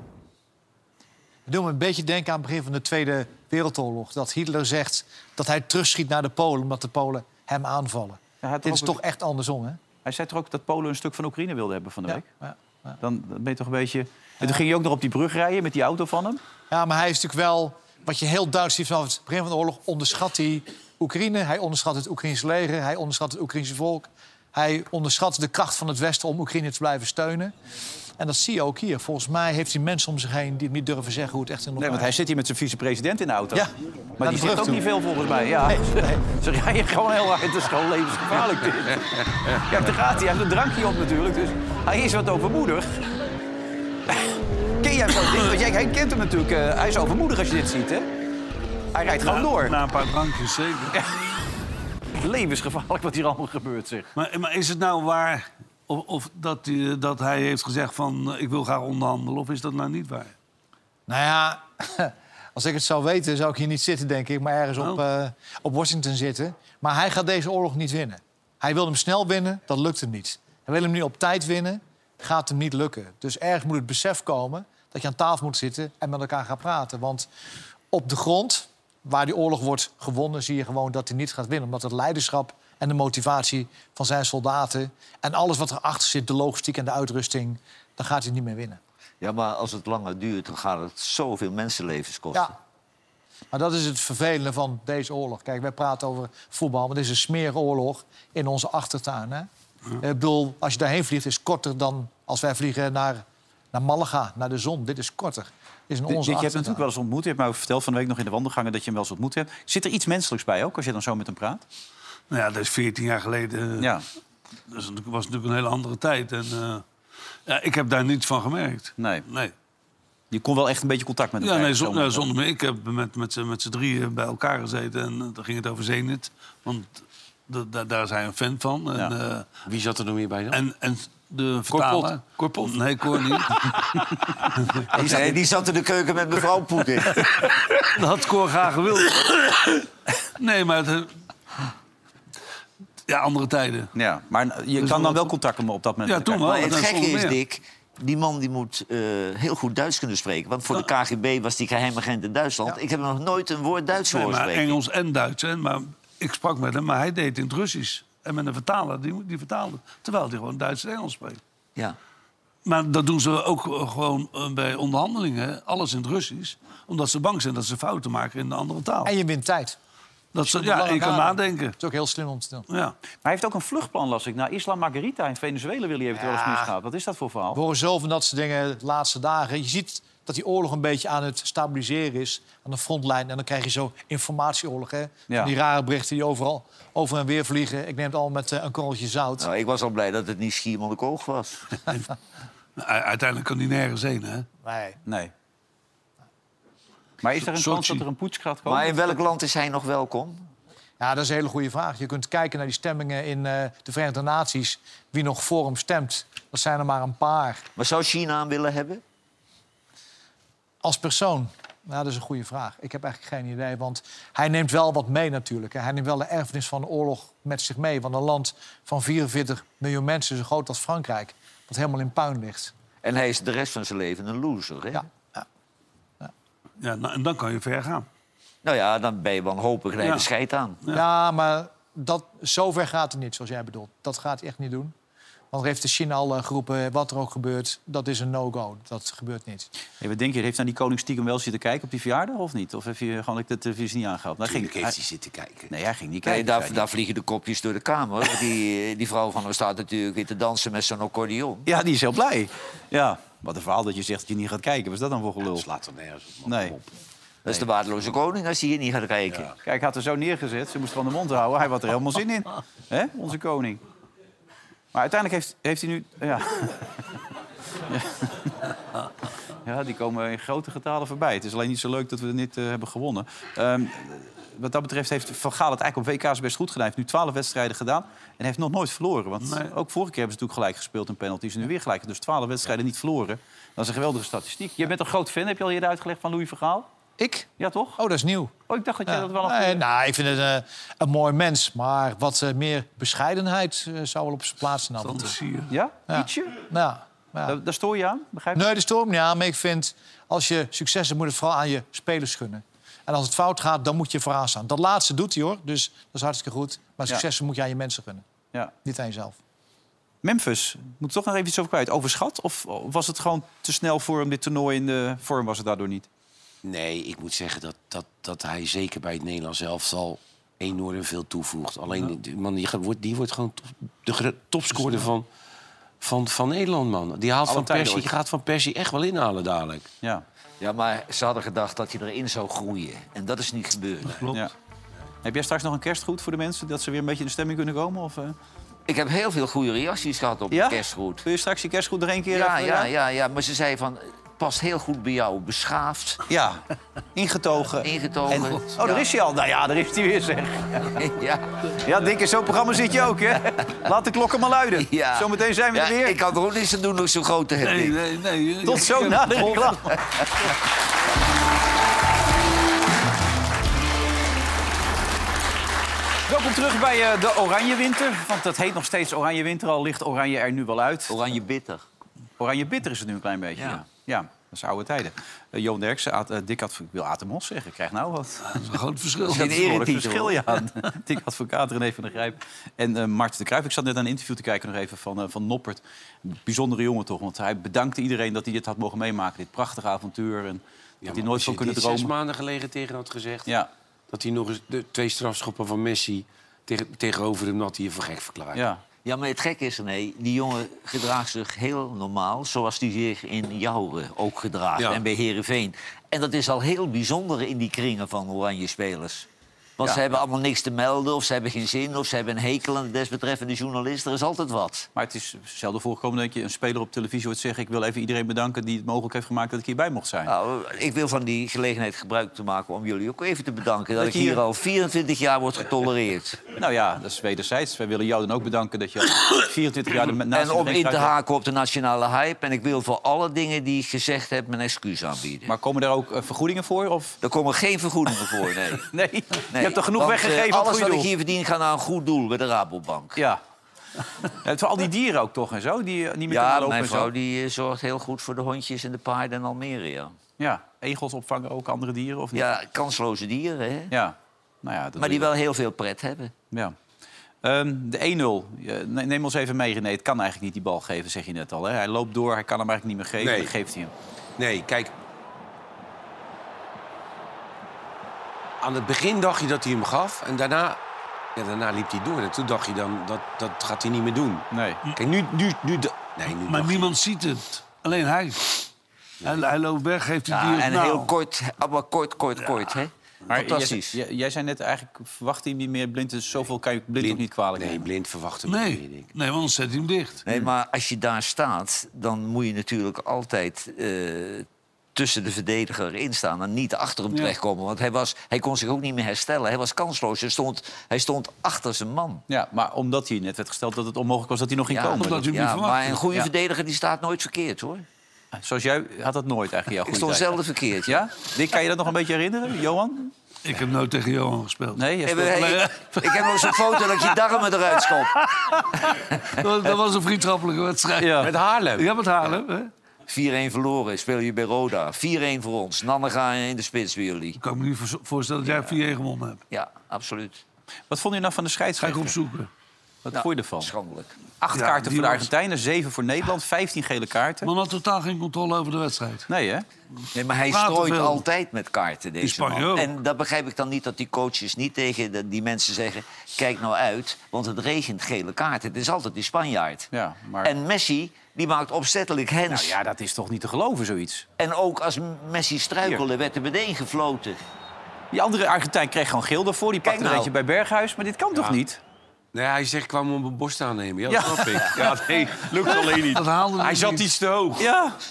Het doet me een beetje denken aan het begin van de Tweede Wereldoorlog. Dat Hitler zegt dat hij terugschiet naar de Polen omdat de Polen hem aanvallen. Ja, Dit is toch echt andersom, hè? Hij zei toch ook dat Polen een stuk van Oekraïne wilde hebben van de Ja, week? ja, ja. Dan ben je toch een beetje... En toen ging je ook nog op die brug rijden met die auto van hem. Ja, maar hij is natuurlijk wel... Wat je heel duidelijk ziet vanaf het begin van de oorlog... onderschat hij Oekraïne, hij onderschat het Oekraïnse leger... hij onderschat het Oekraïnse volk. Hij onderschat de kracht van het Westen om Oekraïne te blijven steunen. En dat zie je ook hier. Volgens mij heeft hij mensen om zich heen die het niet durven zeggen hoe het echt in elkaar Nee, want hij zit hier met zijn vicepresident in de auto. Ja, maar die de zegt brug ook toe. niet veel volgens mij. Ja. Nee, nee. Ze rijden gewoon heel hard. Het is gewoon levensgevaarlijk dit. Ja, daar gaat hij. Hij heeft een drankje op natuurlijk. Dus hij is wat overmoedig. Ken jij hem zo? Want jij hij kent hem natuurlijk. Uh, hij is overmoedig als je dit ziet, hè? Hij rijdt gewoon Na, door. na een paar drankjes, zeker. Ja. Levensgevaarlijk wat hier allemaal gebeurt, zeg. Maar, maar is het nou waar of, of dat, hij, dat hij heeft gezegd van... Uh, ik wil graag onderhandelen, of is dat nou niet waar? Nou ja, als ik het zou weten, zou ik hier niet zitten, denk ik. Maar ergens Oh. op, uh, op Washington zitten. Maar hij gaat deze oorlog niet winnen. Hij wil hem snel winnen, dat lukt hem niet. Hij wil hem nu op tijd winnen, gaat hem niet lukken. Dus ergens moet het besef komen dat je aan tafel moet zitten... en met elkaar gaat praten. Want op de grond, waar die oorlog wordt gewonnen... zie je gewoon dat hij niet gaat winnen. Omdat het leiderschap en de motivatie van zijn soldaten... en alles wat erachter zit, de logistiek en de uitrusting... dan gaat hij niet meer winnen. Ja, maar als het langer duurt, dan gaat het zoveel mensenlevens kosten. Ja. Maar dat is het vervelende van deze oorlog. Kijk, wij praten over voetbal, maar dit is een smeeroorlog in onze achtertuin. Hè? Ja. Ik bedoel, als je daarheen vliegt, is het korter dan als wij vliegen naar, naar Malaga, naar de zon. Dit is korter. Dit is in onze Dick, je hebt achtertuin. natuurlijk wel eens ontmoet. Je hebt mij verteld van de week nog in de wandelgangen dat je hem wel eens ontmoet hebt. Zit er iets menselijks bij ook, als je dan zo met hem praat? Nou ja, dat is veertien jaar geleden. Ja. Dat was natuurlijk, was natuurlijk een hele andere tijd. En, uh, ja, ik heb daar niets van gemerkt. Nee. Nee. Je kon wel echt een beetje contact met hem Ja, nee, krijgen, zon, zo nou, zonder meer. Ik heb met, met, z'n- met z'n drieën bij elkaar gezeten en uh, dan ging het over Zenit. Want d- d- daar is hij een fan van. En, Ja. uh, Wie zat er nog meer bij dan? en, en de vertaler... Korpot? Nee, Cor niet. Nee, die zat in de keuken met mevrouw Poetin. Dat had Cor graag gewild. Nee, maar... Het, ja, andere tijden. Ja, maar je Dus kan dan wat- wel contact hebben op dat moment. Ja, met toen elkaar. wel. Maar het dat is gekke zonder is, meer. Dick, die man die moet uh, heel goed Duits kunnen spreken. Want voor de K G B was die geheimagent in Duitsland. Ja. Ik heb nog nooit een woord Duits Nee, horen maar spreken. Engels en Duits. Hè, maar ik sprak met hem, maar hij deed het in het Russisch. En met een vertaler, die, die vertaalde. Terwijl hij gewoon Duits en Engels spreekt. Ja. Maar dat doen ze ook uh, gewoon uh, bij onderhandelingen. Alles in het Russisch. Omdat ze bang zijn dat ze fouten maken in de andere taal. En je wint tijd. Dat ze, moet ja, lang je kan gaan. nadenken. Dat is ook heel slim om te doen. Ja. Maar hij heeft ook een vluchtplan, las ik, naar Isla Margarita in Venezuela. Wil hij eventueel eens Ja. misgaan. Wat is dat voor verhaal? We horen zoveel van dat soort dingen de laatste dagen. Je ziet dat die oorlog een beetje aan het stabiliseren is. Aan de frontlijn. En dan krijg je zo informatieoorlog. Hè? Ja. Van die rare berichten die overal over en weer vliegen. Ik neem het allemaal met uh, een korreltje zout. Nou, ik was al blij dat het niet Schiermonnikoog was. U- Uiteindelijk kan hij nergens heen, hè? Nee. Nee. Maar is er een Sochi. kans dat er een poets gaat komen? Maar in welk land is hij nog welkom? Ja, dat is een hele goede vraag. Je kunt kijken naar die stemmingen in uh, de Verenigde Naties. Wie nog voor hem stemt. Dat zijn er maar een paar. Maar zou China hem willen hebben? Als persoon? Nou, dat is een goede vraag. Ik heb eigenlijk geen idee. Want hij neemt wel wat mee natuurlijk. Hij neemt wel de erfenis van de oorlog met zich mee. Want een land van vierenveertig miljoen mensen, zo groot als Frankrijk, dat helemaal in puin ligt. En hij is de rest van zijn leven een loser, hè? Ja. ja. Ja, nou, en dan kan je ver gaan. Nou ja, dan ben je wanhopig en heb je Ja. scheid aan. Ja. Ja, maar dat, zover gaat het niet, zoals jij bedoelt. Dat gaat hij echt niet doen. Want er heeft de China al uh, geroepen, wat er ook gebeurt, dat is een no-go. Dat gebeurt niet. Hey, wat denk je, heeft aan die koning stiekem wel zitten kijken op die verjaardag of niet? Of heb je gewoon de televisie niet aangehaald? Nou, ging, Natuurlijk heeft hij zitten kijken. Nee, hij ging niet Nee, kijken. daar, zei hij. daar vliegen de kopjes door de kamer. Die, die vrouw van hem staat natuurlijk weer te dansen met zo'n accordeon. Ja, die is heel blij. Ja, wat een verhaal dat je zegt dat je niet gaat kijken. Wat is dat dan voor gelul? Het slaat er nergens op. man. Nee. Kom op. Dat is de waardeloze koning als hij hier niet gaat kijken. Ja. Kijk, hij had er zo neergezet. Ze moest van de mond houden. Hij had er helemaal zin in. Hè, onze koning. Maar uiteindelijk heeft, heeft hij nu... Ja. Ja. Ja, die komen in grote getalen voorbij. Het is alleen niet zo leuk dat we niet uh, hebben gewonnen. Um, wat dat betreft heeft Van Gaal het eigenlijk op W K's best goed gedaan. Hij heeft nu twaalf wedstrijden gedaan en heeft nog nooit verloren. Want nee. ook vorige keer hebben ze natuurlijk gelijk gespeeld in penalties. En nu weer gelijk. Dus twaalf wedstrijden niet verloren. Dat is een geweldige statistiek. Je bent een groot fan, heb je al eerder uitgelegd, van Louis van Gaal? Ik? Ja, toch? Oh, dat is nieuw. Oh, ik dacht dat jij ja. dat wel... Nee, nou, ik vind het uh, een mooi mens. Maar wat uh, meer bescheidenheid uh, zou wel op zijn plaats zijn. Fantasie. Ja? Ja? Ietsje? Ja. ja. Daar, daar stoor je aan, begrijp je? Nee, daar stoor ik niet aan. Maar ik vind, als je succes hebt, moet het vooral aan je spelers gunnen. En als het fout gaat, dan moet je vooraan staan. Dat laatste doet hij, hoor. Dus dat is hartstikke goed. Maar succes ja. moet je aan je mensen gunnen. Ja. Niet aan jezelf. Memphis, moet toch nog even iets over kwijt. Overschat? Of was het gewoon te snel voor hem, dit toernooi in de vorm was het daardoor niet? Nee, ik moet zeggen dat, dat, dat hij zeker bij het Nederlands elftal enorm veel toevoegt. Alleen, ja. die man die, wordt, die wordt gewoon top, de topscorer van, van, van Nederland, man. Die haalt van Persie, gaat Van Persie echt wel inhalen dadelijk. Ja. Ja, maar ze hadden gedacht dat hij erin zou groeien. En dat is niet gebeurd. Dat klopt. Ja. Heb jij straks nog een kerstgroet voor de mensen? Dat ze weer een beetje in de stemming kunnen komen? Of, uh... Ik heb heel veel goede reacties gehad op ja? de kerstgroet. Wil je straks je kerstgroet er één keer ja, even... Ja, ja, ja, maar ze zei van... past heel goed bij jou. Beschaafd. Ja, ingetogen. Ingetogen. En, oh, daar ja. is hij al. Nou ja, daar is hij weer, zeg. Ja, ja Dick, in zo'n programma zit je ook, hè? Laat de klokken maar luiden. Ja. Zometeen zijn we ja, er weer. Ik kan er ook niets aan doen nog zo'n grote heb. Nee, nee, nee. Tot zo na de reclame. Welkom terug bij uh, de Oranje Winter. Want dat heet nog steeds Oranje Winter, al ligt Oranje er nu wel uit. Oranje Bitter. Oranje Bitter is het nu een klein beetje, ja. ja. ja dat is oude tijden. Uh, Johan Derksen, uh, Dick Adv- ik wil Atemos zeggen, ik krijg nou wat. Dat is een groot verschil. Dat is een groot verschil, ja. Dick Advocaat, René van der Grijp en uh, Mart de Kruijff. Ik zat net aan een interview te kijken nog even van, uh, van Noppert. Bijzondere jongen toch, want hij bedankte iedereen dat hij dit had mogen meemaken. Dit prachtige avontuur en ja, dat hij nooit zou kunnen dromen. Als je zes maanden geleden tegen had gezegd... Ja. dat hij nog eens de twee strafschoppen van Messi tegen, tegenover hem had hij je voor gek verklaard. Ja. Ja, maar het gekke is, nee, die jongen gedraagt zich heel normaal... zoals hij zich in Jouren ook gedraagt ja. en bij Heerenveen. En dat is al heel bijzonder in die kringen van oranje spelers. Want ja. ze hebben allemaal niks te melden, of ze hebben geen zin... of ze hebben een hekel aan de desbetreffende journalist. Er is altijd wat. Maar het is zelden voorgekomen dat je een speler op televisie hoort zeggen... ik wil even iedereen bedanken die het mogelijk heeft gemaakt dat ik hierbij mocht zijn. Nou, ik wil van die gelegenheid gebruik te maken om jullie ook even te bedanken... dat, dat ik hier al vierentwintig jaar word getolereerd. Nou ja, dat is wederzijds. Wij willen jou dan ook bedanken dat je al vierentwintig jaar... de en om in te haken op de nationale hype. En ik wil voor alle dingen die ik gezegd heb mijn excuus aanbieden. Maar komen daar ook uh, vergoedingen voor? Of? Er komen geen vergoedingen voor, nee. nee? nee. Je hebt toch genoeg Want, weggegeven uh, alles wat doel. ik hier verdien gaat naar een goed doel bij de Rabobank. Ja. ja voor al die dieren ook toch en zo? Die uh, niet meer ja, lopen mijn en vrouw zo. die, uh, zorgt heel goed voor de hondjes en de paarden in Almere, ja. Ja, egels opvangen ook andere dieren of niet? Ja, kansloze dieren, hè. Ja. Nou ja, dat maar die wel heel veel pret hebben. Ja. Um, de één nul. Neem ons even mee, René. Het kan eigenlijk niet die bal geven, zeg je net al. Hè? Hij loopt door, hij kan hem eigenlijk niet meer geven. Nee. Dan geeft hij hem. Nee, kijk... Aan het begin dacht je dat hij hem gaf en daarna, ja, daarna liep hij door. En toen dacht je dan, dat, dat gaat hij niet meer doen. Nee. Kijk, nu... nu, nu, nee, nu maar niemand je... ziet het. Alleen hij. Nee. Hij, hij loopt weg, geeft die ja, dier en nou. heel kort, allemaal kort, kort, kort, hè. Maar fantastisch. Jij, jij zei net eigenlijk, verwacht hij niet meer blind. Dus zoveel kan je blind, blind ook niet kwalijk Nee, nemen. blind verwacht hem nee. niet meer, denk ik. Nee, want dan zet hij hem dicht. Nee, maar als je daar staat, dan moet je natuurlijk altijd... Uh, tussen de verdediger in staan en niet achter hem ja. terechtkomen. Want hij, was, hij kon zich ook niet meer herstellen. Hij was kansloos. Hij stond, hij stond achter zijn man. Ja, maar omdat hij net werd gesteld dat het onmogelijk was dat hij nog ging ja, komen. Omdat dat, ja, maar een goede ja. verdediger die staat nooit verkeerd, hoor. Zoals jij had dat nooit eigenlijk. Ik stond zelden verkeerd. Ja? ja? Dick, kan je dat nog een beetje herinneren, Johan? Ik heb nooit tegen Johan gespeeld. Nee, je speelt... hey, hey, ik, ik heb nog zo'n foto dat je darmen eruit schopt. dat, dat was een vriendschappelijke wedstrijd. Ja. Met Haarlem. Ja, met Haarlem, hè? vier-een verloren, speel je bij Roda. vier-een voor ons. Nannega in de spits bij jullie. Ik kan me niet voorstellen dat jij vier-een gewonnen hebt. Ja, absoluut. Wat vond je nou van de scheidsrechter? Ga ik opzoeken. Wat nou, vond je ervan? Schandelijk. Acht ja, kaarten voor de was... Argentijnen, zeven voor Nederland, vijftien gele kaarten. Man had totaal geen controle over de wedstrijd. Nee, hè? Nee, maar hij Praten strooit veel. altijd met kaarten, deze Spanje man. ook. En dat begrijp ik dan niet dat die coaches niet tegen de, die mensen zeggen... kijk nou uit, want het regent gele kaarten. Het is altijd die Spanjaard. Ja, maar... En Messi, die maakt opzettelijk hens. Nou ja, dat is toch niet te geloven, zoiets? En ook als Messi struikelde, werd er meteen gefloten. Die andere Argentijn kreeg gewoon geel daarvoor. Die pakte nou. er eentje bij Berghuis, maar dit kan ja. toch niet? Nee, hij zegt, ik kwam hem op mijn borst aannemen. Ja, Ja. dat snap ik. Ja, nee, lukt alleen niet. Dat haalde Hij niet. zat iets te hoog. Ja.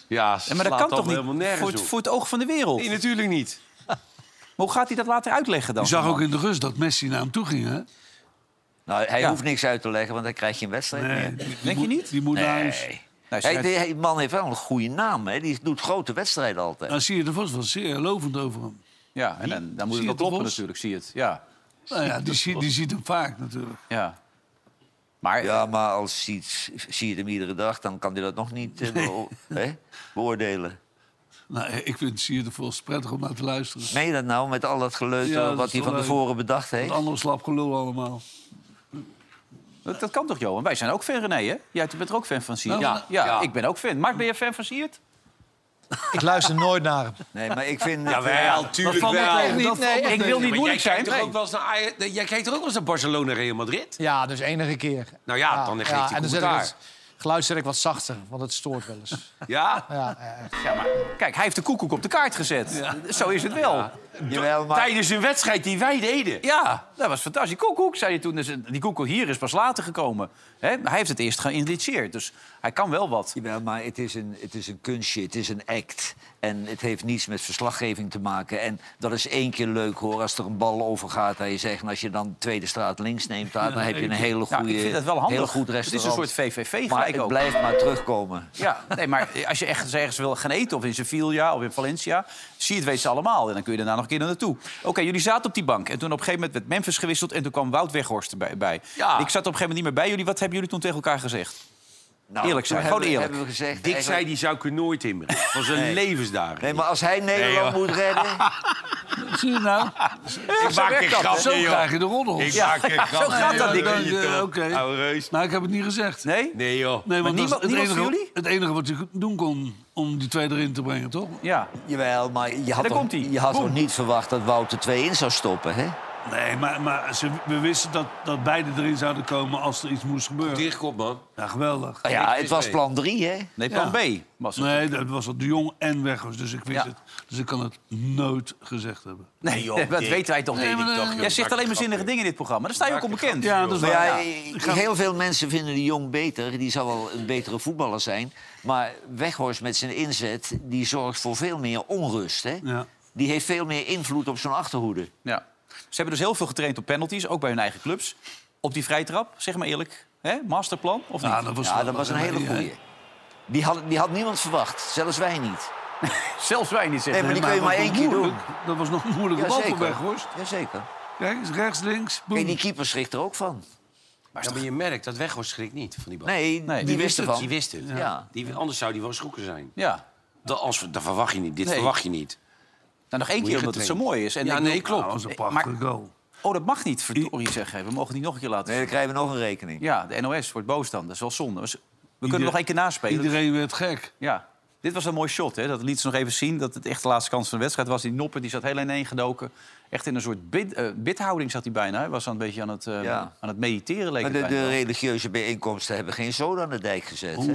Ja, Ja, maar dat kan toch helemaal niet nergens voor het, op. voor het oog van de wereld? Nee, natuurlijk niet. Maar hoe gaat hij dat later uitleggen dan? Je zag ook in de rust dat Messi naar hem toe ging, hè? Nou, hij Ja. hoeft niks uit te leggen, want dan krijg je een wedstrijd Nee, meer. die, die Denk je moet- niet? Die moet naar huis. Nee. Nou, Hij, hij- die man heeft wel een goede naam, hè? Die doet grote wedstrijden altijd. Dan zie je de Vos was zeer lovend over hem. ja, en dan, dan moet Zie het je wel het, kloppen Bos? natuurlijk, zie je het. Ja, Nou ja, die, zie- die ziet hem vaak natuurlijk. ja. Maar Ja, maar als zie, zie je hem iedere dag, dan kan hij dat nog niet eh, beo- hè, beoordelen. Nou, ik vind Sier de Vos prettig om naar te luisteren. Meen je dat nou, met al dat geleuter Ja, dat wat is hij wel van leuk. tevoren bedacht heeft? Het andere slap gelul allemaal. dat, dat kan toch, Johan? Wij zijn ook fan, René, hè? Jij bent er ook fan van Siert. Nou, ja, ja, ja. ik ben ook fan. Mark, ben je fan van Siert? Ik luister nooit naar hem. Nee, maar ik vind... het, Jawel, eh, tuurlijk valt me wel. tegen, dat Nee, valt me ik wil tegen. niet Maar moeilijk jij zijn. kijkt toch Nee. ook wel eens naar Ajax- jij kijkt toch ook wel eens naar Barcelona Real Madrid? Ja, dus enige keer. Nou ja, dan geeft hij en dan zet ik commentaar. het geluid zet ik wat zachter, want het stoort wel eens. Ja? Ja, ja, Ja, maar kijk, hij heeft de koekoek op de kaart gezet. Zo is het wel. Ja, Jawel, maar... Tijdens een wedstrijd die wij deden. dat was fantastisch. Koekoek, zei je toen. Dus die koekoek hier is pas later gekomen. Hè? Hij heeft het eerst geïnitieerd, dus hij kan wel wat. Jawel, maar het is, een, het is een kunstje, het is een act. En het heeft niets met verslaggeving te maken. En dat is één keer leuk, hoor, als er een bal overgaat. En je zegt, en als je dan de tweede straat links neemt, dan heb je een hele Ja, goede, ik vind het wel handig. heel goed Het restaurant. is een soort V V V Maar gelijk het ook. blijft maar terugkomen. Ja, nee, maar als je echt ergens wil gaan eten, of in Sevilla of in Valencia, zie je het, weet ze allemaal. En dan kun je daarna nog een keer naartoe. Oké, jullie zaten op die bank. En toen op een gegeven moment werd Memphis gewisseld en toen kwam Wout Weghorst erbij. bij. Ja. Ik zat op een gegeven moment niet meer bij jullie. Wat hebben jullie toen tegen elkaar gezegd? Nou, Eerlijk zijn, toen gewoon hebben, eerlijk. hebben we gezegd, Dick eigenlijk- zei, die zou ik er nooit timmeren. Van zijn Nee. levensdagen. Nee, maar als hij Nederland moet redden... Zie je nou? ik maak een grapje, Zo joh. krijg je de roddels. Ik maak een grapje. zo gaat dat, Ja, Dick. dan- Je ja, toch, Oké. ouwe reus. Nou, ik heb het niet gezegd. Nee? Nee, joh. Nee, want niemand- dat is het niemand enige, voor jullie? het enige wat je doen kon om die twee erin te brengen, toch? Ja. Jawel, maar je had, daar toch, komt-ie. je had Boem. toch niet verwacht dat Wout er twee in zou stoppen, hè? Nee, maar, maar ze, we wisten dat, dat beide erin zouden komen als er iets moest gebeuren. Dichtkop, man. Ja, geweldig. Ah ja, het is was mee. plan drie, hè? Nee, plan Ja. B was het. Nee, dat was dat de Jong en Weghorst, dus ik wist Ja. het. Dus ik kan het nooit gezegd hebben. Nee, joh, dat Dick. weten wij toch Nee, niet. maar, Jij eh, Jij zegt alleen maar zinnige dingen in dit programma. Daar sta je ook onbekend. Ja, dat is Maar waar. ja, ga- heel veel mensen vinden de Jong beter. Die zou wel een betere voetballer zijn. Maar Weghorst met zijn inzet, die zorgt voor veel meer onrust, hè? Ja. Die heeft veel meer invloed op zo'n achterhoede. Ja. Ze hebben dus heel veel getraind op penalties, ook bij hun eigen clubs. Op die vrije trap, zeg maar eerlijk. Hè? Masterplan, of niet? Ja, dat was, Ja, wel- dat was een hele ja. goeie. Die had, die had niemand verwacht, zelfs wij niet. Zelfs wij niet Nee, zeggen. maar die Maar kun je maar dat één was keer doen. moeilijk. Dat was nog een moeilijke bal voor Jazeker. Weghorst. Jazeker. Kijk, eens rechts, links, boem. En die keeper schrikt er ook van. Ja, maar je merkt dat Weghorst schrikt niet van die bal. Nee, Nee, die, die wist wist het. ervan. Die wist het. Ja. Die, anders zou die wel schrokken zijn. Ja. Dat, als, dat verwacht je niet. Dit Nee. verwacht je niet. Nou, nog één Moet keer, je omdat het zo getraind. mooi is. En Ja, ik nee, wil- klopt. Dat was een Maar- prachtige goal. Oh, dat mag niet, verdorie zeggen. We mogen het niet nog een keer laten Nee, zien. dan krijgen we nog een rekening. Ja, de N O S wordt boos dan. Dat is wel zonde. Dus we kunnen Ieder- nog één keer naspelen. Iedereen werd gek. Ja. Dit was een mooi shot, hè? Dat liet ze nog even zien. Dat het echt de laatste kans van de wedstrijd was. Die Noppen die zat heel ineengedoken. Echt in een soort bid, eh, bidhouding zat hij bijna. Hij was een beetje aan het, eh, Ja. aan het mediteren. Leek Maar het de, bijna de wel. religieuze bijeenkomsten hebben geen zoden aan de dijk gezet. Hè?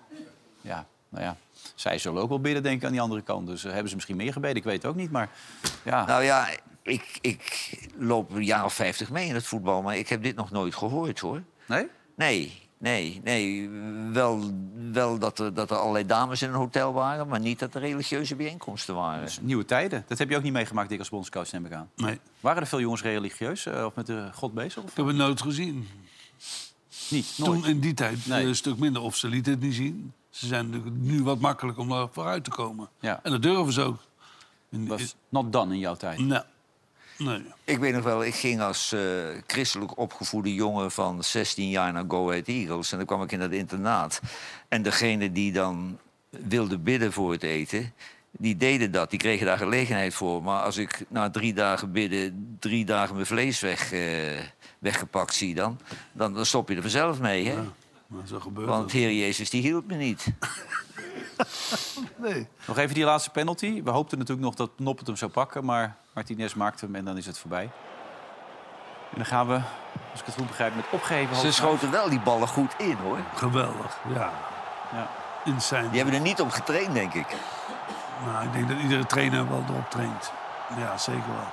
Ja, nou ja. Zij zullen ook wel bidden, denk ik, aan die andere kant. Dus eh, hebben ze misschien meer gebeden, ik weet het ook niet. Maar ja, Nou ja, ik, ik loop een jaar of vijftig mee in het voetbal, maar ik heb dit nog nooit gehoord, hoor. nee? Nee, nee, nee. Wel, wel dat, er, dat er allerlei dames in een hotel waren, maar niet dat er religieuze bijeenkomsten waren. Nieuwe tijden. Dat heb je ook niet meegemaakt, Dick, als bondscoach, neem ik aan. Nee, Waren er veel jongens religieus eh, of met de God bezig? Of ik heb het nooit gezien. niet? Nooit. Toen in die tijd Nee. een stuk minder. Of ze lieten het niet zien. Ze zijn natuurlijk nu wat makkelijk om daar vooruit te komen. Ja. En dat durven ze ook. In- Was not done in jouw tijd. Nee. Nee. Ik weet nog wel, ik ging als eh, christelijk opgevoede jongen van zestien jaar naar Go Ahead Eagles. En dan kwam ik in dat internaat. En degene die dan wilde bidden voor het eten, die deden dat. Die kregen daar gelegenheid voor. Maar als ik na drie dagen bidden, drie dagen mijn vlees weg, eh, weggepakt zie dan, dan, dan stop je er vanzelf mee, hè? Maar zo gebeurt Want het. Heer Jezus, die hielp me niet. Nee. Nog even die laatste penalty. We hoopten natuurlijk nog dat Noppert hem zou pakken. Maar Martinez maakte hem en dan is het voorbij. En dan gaan we, als ik het goed begrijp, met opgeheven Ze hoofd. schoten wel die ballen goed in, hoor. Geweldig, ja. Ja. Insane. Die hebben er niet op getraind, denk ik. Nou, ik denk dat iedere trainer wel erop traint. Ja, zeker wel.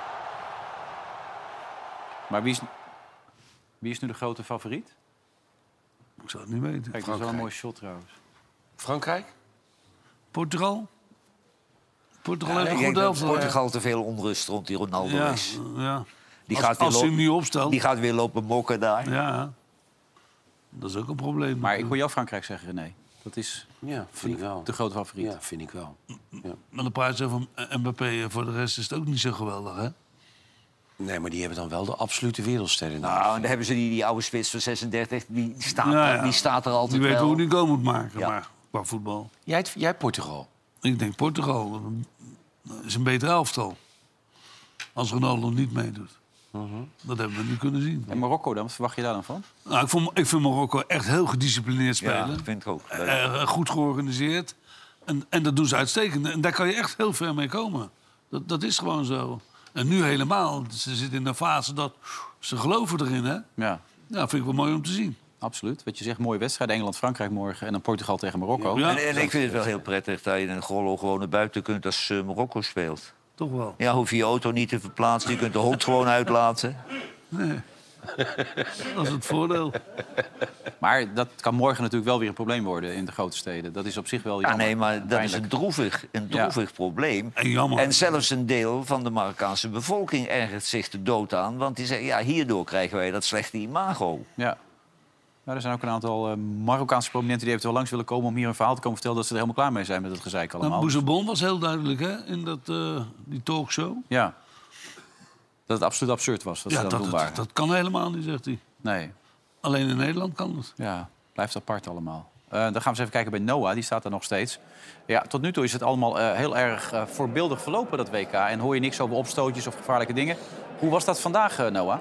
Maar wie is, wie is nu de grote favoriet? Ik zou het niet weten. Kijk, dat is wel een mooi shot trouwens. Frankrijk? Portugal? Portugal Ja, heeft ik een denk goed dat elftal. Portugal te veel onrust rond die Ronaldo Ja, is. ja. Die, Als, gaat weer als hij hem lo- niet opstelt. die gaat weer lopen mokken daar. Ja, dat is ook een probleem. Maar ik hoor jou Frankrijk zeggen, René. Dat is Ja, vind ik wel. de grote favoriet. Ja, vind ik wel. Ja. Maar de praat je van Mbappé, voor de rest is het ook niet zo geweldig, hè? Nee, maar die hebben dan wel de absolute wereldsterren. Nou, en dan hebben ze die, die oude spits van zesendertig, die staat, Ja, er, ja. die staat er altijd Die weet wel. hoe die goal moet maken, Ja. maar qua voetbal. Jij, hebt- jij hebt Portugal. Ik denk Portugal is een beter elftal. Als Ronaldo niet meedoet. Dat hebben we nu kunnen zien. En Marokko dan, wat verwacht je daar dan van? Nou, ik, vond, ik vind Marokko echt heel gedisciplineerd Ja, spelen. dat vind ik ook. Eh, goed georganiseerd. En, en dat doen ze uitstekend. En daar kan je echt heel ver mee komen. Dat, dat is gewoon zo. En nu helemaal. Ze zitten in een fase dat ze geloven erin, hè? Ja, Ja, vind ik wel mooi om te zien. absoluut. Wat je zegt, mooie wedstrijd. Engeland-Frankrijk morgen en dan Portugal tegen Marokko. Ja. En, en ik vind het wel heel prettig dat je een Gollo gewoon naar buiten kunt als eh, Marokko speelt. Toch wel. Ja, hoef je je auto niet te verplaatsen. Je kunt de hond gewoon uitlaten. Dat is het voordeel. Maar dat kan morgen natuurlijk wel weer een probleem worden in de grote steden. Dat is op zich wel Ja, jammer. nee, maar dat is een Pijnlijk. droevig, een Ja. droevig probleem. En jammer. En zelfs een deel van de Marokkaanse bevolking ergert zich de dood aan. Want die zeggen, ja, hierdoor krijgen wij dat slechte imago. Ja. Nou, er zijn ook een aantal uh, Marokkaanse prominenten die eventueel langs willen komen om hier een verhaal te komen vertellen dat ze er helemaal klaar mee zijn met het gezeik allemaal. Nou, Bouzebon was heel duidelijk, hè? In dat, eh, die talkshow. Ja. Dat het absoluut absurd was wat Ja, ze dan dat, doen dat, waren. dat kan helemaal niet, zegt hij. Nee, Alleen in Nederland kan het. ja, blijft apart allemaal. Uh, dan gaan we eens even kijken bij Noah, die staat er nog steeds. Ja, tot nu toe is het allemaal uh, heel erg uh, voorbeeldig verlopen, dat W K. En hoor je niks over opstootjes of gevaarlijke dingen. Hoe was dat vandaag, uh, Noah?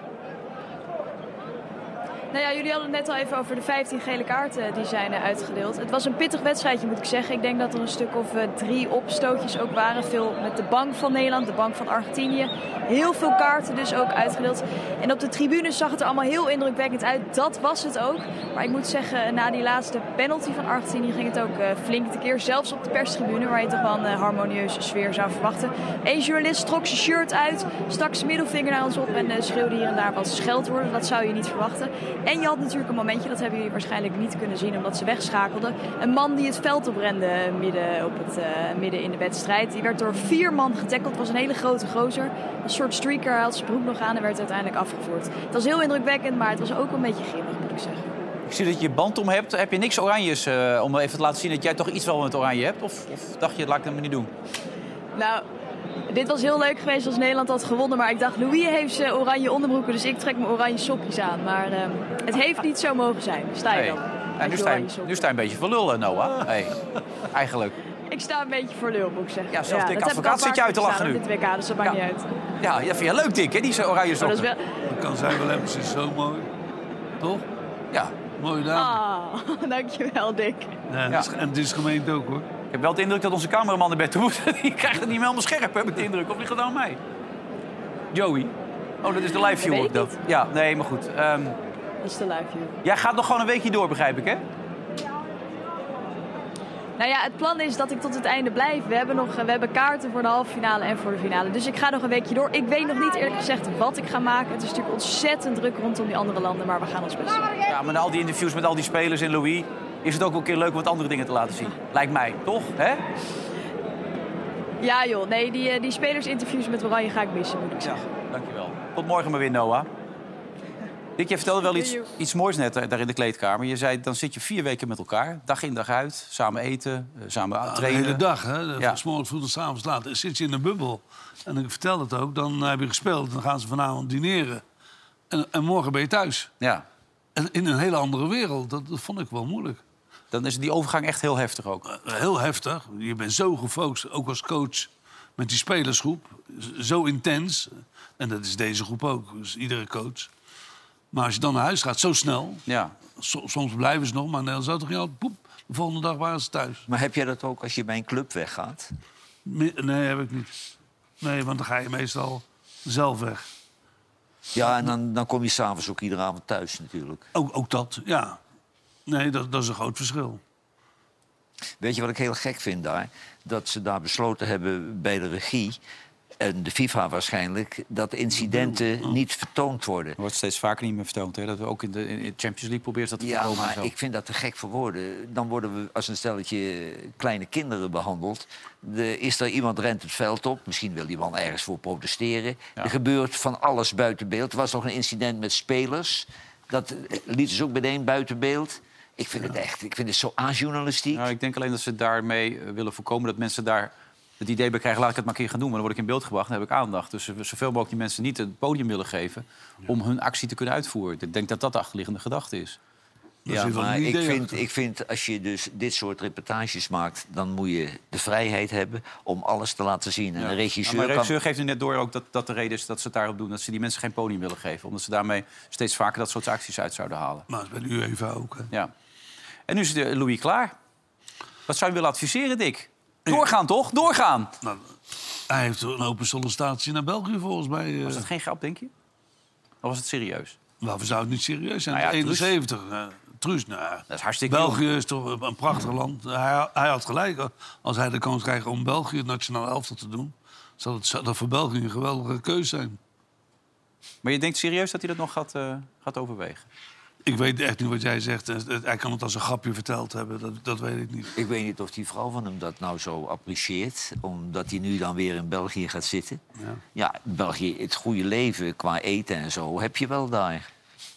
Nou ja, jullie hadden het net al even over de vijftien gele kaarten die zijn uh, uitgedeeld. Het was een pittig wedstrijdje, moet ik zeggen. Ik denk dat er een stuk of uh, drie opstootjes ook waren. Veel met de bank van Nederland, de bank van Argentinië. Heel veel kaarten dus ook uitgedeeld. En op de tribunes zag het er allemaal heel indrukwekkend uit. Dat was het ook. Maar ik moet zeggen, na die laatste penalty van Argentinië ging het ook uh, flink tekeer. Zelfs op de perstribune, waar je toch wel een uh, harmonieuze sfeer zou verwachten. Eén journalist trok zijn shirt uit, stak zijn middelvinger naar ons op en uh, schreeuwde hier en daar wat scheldwoorden. Dat zou je niet verwachten. En je had natuurlijk een momentje, dat hebben jullie waarschijnlijk niet kunnen zien omdat ze wegschakelden. Een man die het veld oprende midden, op het, uh, midden in de wedstrijd. Die werd door vier man getackeld. Het was een hele grote gozer. Een soort streaker, hij had zijn broek nog aan en werd uiteindelijk afgevoerd. Het was heel indrukwekkend, maar het was ook een beetje grimmig, moet ik zeggen. Ik zie dat je je band om hebt. Heb je niks oranjes uh, om even te laten zien dat jij toch iets wel met oranje hebt? Of, of dacht je, laat ik dat maar niet doen? Nou, dit was heel leuk geweest als Nederland had gewonnen. Maar ik dacht, Louis heeft zijn oranje onderbroeken, dus ik trek mijn oranje sokjes aan. Maar uh, het heeft niet zo mogen zijn. Sta je Nee. dan? Ja, nu, sta je, nu sta je een beetje voor lul, Noah. Hey, eigenlijk. Ik sta een beetje voor lul, moet ik zeggen. Ja, zelfs Dick dat heb ik al Advocaat zit je uit te vaker lachen gedaan nu. op dit W K, dus dat maakt Ja. niet uit. Ja, dat vind je leuk, Dick, hè, die oranje Maar sokken. dat is wel... Dat kan zij wel hebben, ze is zo mooi. Toch? Ja. Mooi dame. Ah, dankjewel, Dick. Ja, en, het is, en het is gemeend ook, hoor. Ik heb wel de indruk dat onze cameraman er bij toe moet. Die krijgt het niet meer helemaal scherp, heb ik de indruk. Of ligt het nou aan mij? Joey? Oh, dat is de live view. Dat weet ik dat. niet. Ja, nee, maar goed. Um, Dat is de live view. jij gaat nog gewoon een weekje door, begrijp ik, hè? Nou ja, het plan is dat ik tot het einde blijf. We hebben, nog, we hebben kaarten voor de halve finale en voor de finale. Dus ik ga nog een weekje door. Ik weet nog niet eerlijk gezegd wat ik ga maken. Het is natuurlijk ontzettend druk rondom die andere landen, maar we gaan ons best doen. Ja, maar na al die interviews met al die spelers en Louis... is het ook wel een keer leuk om wat andere dingen te laten zien. Lijkt mij, toch? Hè? Ja joh, nee, die, die spelersinterviews met Oranje ga ik missen, moet ik Ja, zeggen. dankjewel. Tot morgen maar weer, Noah. Dick, je vertelde wel iets, Doei, iets moois net daar in de kleedkamer. Je zei, dan zit je vier weken met elkaar. Dag in, dag uit. Samen eten, eh, samen Ja, de trainen. hele dag, hè? Ja. Ja. 's morgens vroeg tot 's avonds laat. Dan zit je in een bubbel. En ik vertel het ook. Dan heb je gespeeld. Dan gaan ze vanavond dineren. En, en morgen ben je thuis. Ja, En in een hele andere wereld. Dat, dat vond ik wel moeilijk. dan is die overgang echt heel heftig ook. Uh, heel heftig. Je bent zo gefocust, ook als coach, met die spelersgroep. Z- Zo intens. En dat is deze groep ook. Dus iedere coach. Maar als je dan naar huis gaat, zo snel. Ja. So- soms blijven ze nog, maar dan zou toch niet altijd... Poep, de volgende dag waren ze thuis. Maar heb jij dat ook als je bij een club weggaat? Me- Nee, heb ik niet. Nee, want dan ga je meestal zelf weg. Ja, en dan, dan kom je s'avonds ook iedere avond thuis natuurlijk. Ook, ook dat, ja. Nee, dat, dat is een groot verschil. Weet je wat ik heel gek vind daar? Dat ze daar besloten hebben bij de regie... en de FIFA waarschijnlijk, dat incidenten niet vertoond worden. Er wordt steeds vaker niet meer vertoond. Hè? Dat we ook in de, in de Champions League proberen dat te Ja, voorkomen. maar en zo. ik vind dat te gek voor woorden. Dan worden we als een stelletje kleine kinderen behandeld. De, is er iemand rent het veld op, misschien wil die man ergens voor protesteren. Ja. Er gebeurt van alles buiten beeld. Er was nog een incident met spelers. Dat lieten ze ook meteen buiten beeld. Ik vind het echt, ik vind het zo ajournalistiek. Nou, ik denk alleen dat ze daarmee eh, willen voorkomen dat mensen daar het idee bij krijgen, laat ik het maar een keer gaan doen, maar dan word ik in beeld gebracht, dan heb ik aandacht. Dus we zoveel mogelijk die mensen niet het podium willen geven om hun actie te kunnen uitvoeren. Ik denk dat dat de achterliggende gedachte is. Dat Ja, zit wel maar een ik idee vind, achter. ik vind als je dus dit soort reportages maakt, dan moet je de vrijheid hebben om alles te laten zien. En Ja. een regisseur, maar de regisseur kan... geeft nu net door ook dat, dat de reden is dat ze het daarop doen, dat ze die mensen geen podium willen geven. Omdat ze daarmee steeds vaker dat soort acties uit zouden halen. Maar dat is bij de UEFA ook. Hè. Ja. En nu is de Louis klaar. Wat zou je willen adviseren, Dick? Doorgaan, toch? Doorgaan! Nou, hij heeft een open sollicitatie naar België volgens mij. eh. Was dat geen grap, denk je? Of was het serieus? Waarvoor zou het niet serieus zijn? Nou ja, eenenzeventig. eh, Truus, nou, Dat is hartstikke België jong. is toch een prachtig land. Hij, hij had gelijk. Als hij de kans krijgt om België het nationale elftal te doen, zal het, zal dat voor België een geweldige keus zijn. Maar je denkt serieus dat hij dat nog gaat, uh, gaat overwegen? Ik weet echt niet wat jij zegt. Hij kan het als een grapje verteld hebben. Dat, dat weet ik niet. Ik weet niet of die vrouw van hem dat nou zo apprecieert, omdat hij nu dan weer in België gaat zitten. Ja. Ja, België, het goede leven qua eten en zo heb je wel daar.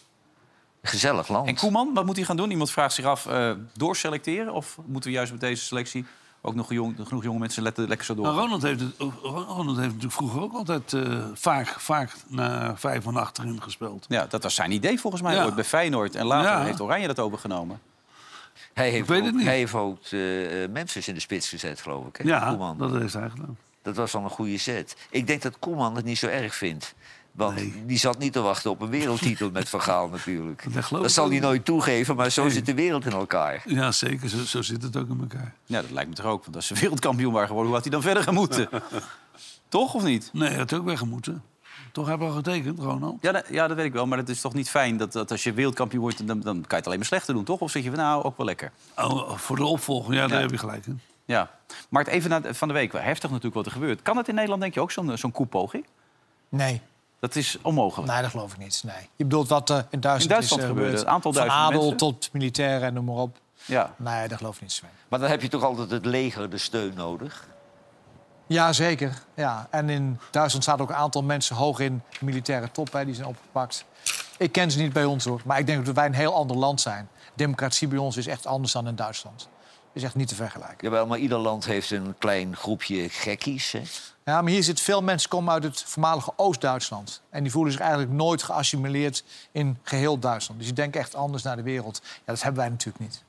Gezellig land. En Koeman, wat moet hij gaan doen? Iemand vraagt zich af, uh, doorselecteren? Of moeten we juist met deze selectie ook nog jong, genoeg jonge mensen letten, lekker zo door? Nou, Ronald, heeft het, Ronald heeft natuurlijk vroeger ook altijd uh, vaak, vaak naar vijf van achterin gespeeld. Ja, dat was zijn idee volgens mij Ja. ooit bij Feyenoord. En later Ja. heeft Oranje dat overgenomen. Hij heeft weet het ook, niet. hij heeft ook uh, Memphis in de spits gezet, geloof ik. Hè? Ja, Koeman. dat heeft hij gedaan. Dat was wel een goede zet. Ik denk dat Koeman het niet zo erg vindt. Want Nee. die zat niet te wachten op een wereldtitel met Van Gaal natuurlijk. Dat geloof Dat ik zal ook hij niet. nooit toegeven, maar zo Nee. zit de wereld in elkaar. Ja, zeker. Zo, zo zit het ook in elkaar. Ja, dat lijkt me toch ook. Want als ze wereldkampioen waren geworden, hoe had hij dan verder gemoeten? Toch of niet? Nee, hij had ook weggemoeten. Toch heb je al getekend, Ronald? Ja dat, ja, dat weet ik wel. Maar het is toch niet fijn dat, dat als je wereldkampioen wordt, dan, dan kan je het alleen maar slechter doen, toch? Of zeg je van nou, ook wel lekker? Oh, voor de opvolging, ja, daar Ja. heb je gelijk in. Ja. Maar het even na, van de week, wel heftig natuurlijk wat er gebeurt. Kan het in Nederland, denk je, ook zo'n zo'n koepoging? Nee. Dat is onmogelijk. Nee, dat geloof ik niet. Nee. Je bedoelt wat uh, in Duitsland, In Duitsland is uh, gebeurde, gebeurd. een aantal Van duizend adel mensen. tot militairen en noem maar op. Ja. Nee, dat geloof ik niet, Sven. Maar dan heb je toch altijd het leger de steun nodig? Ja, zeker. Ja. En in Duitsland staat ook een aantal mensen hoog in de militaire top. Hè, die zijn opgepakt. Ik ken ze niet bij ons, hoor. Maar ik denk dat wij een heel ander land zijn. Democratie bij ons is echt anders dan in Duitsland. Is echt niet te vergelijken. Jawel, maar ieder land heeft een klein groepje gekkies. Hè? Ja, maar hier zitten veel mensen komen uit het voormalige Oost-Duitsland. En die voelen zich eigenlijk nooit geassimileerd in geheel Duitsland. Dus die denken echt anders naar de wereld. Ja, dat hebben wij natuurlijk niet.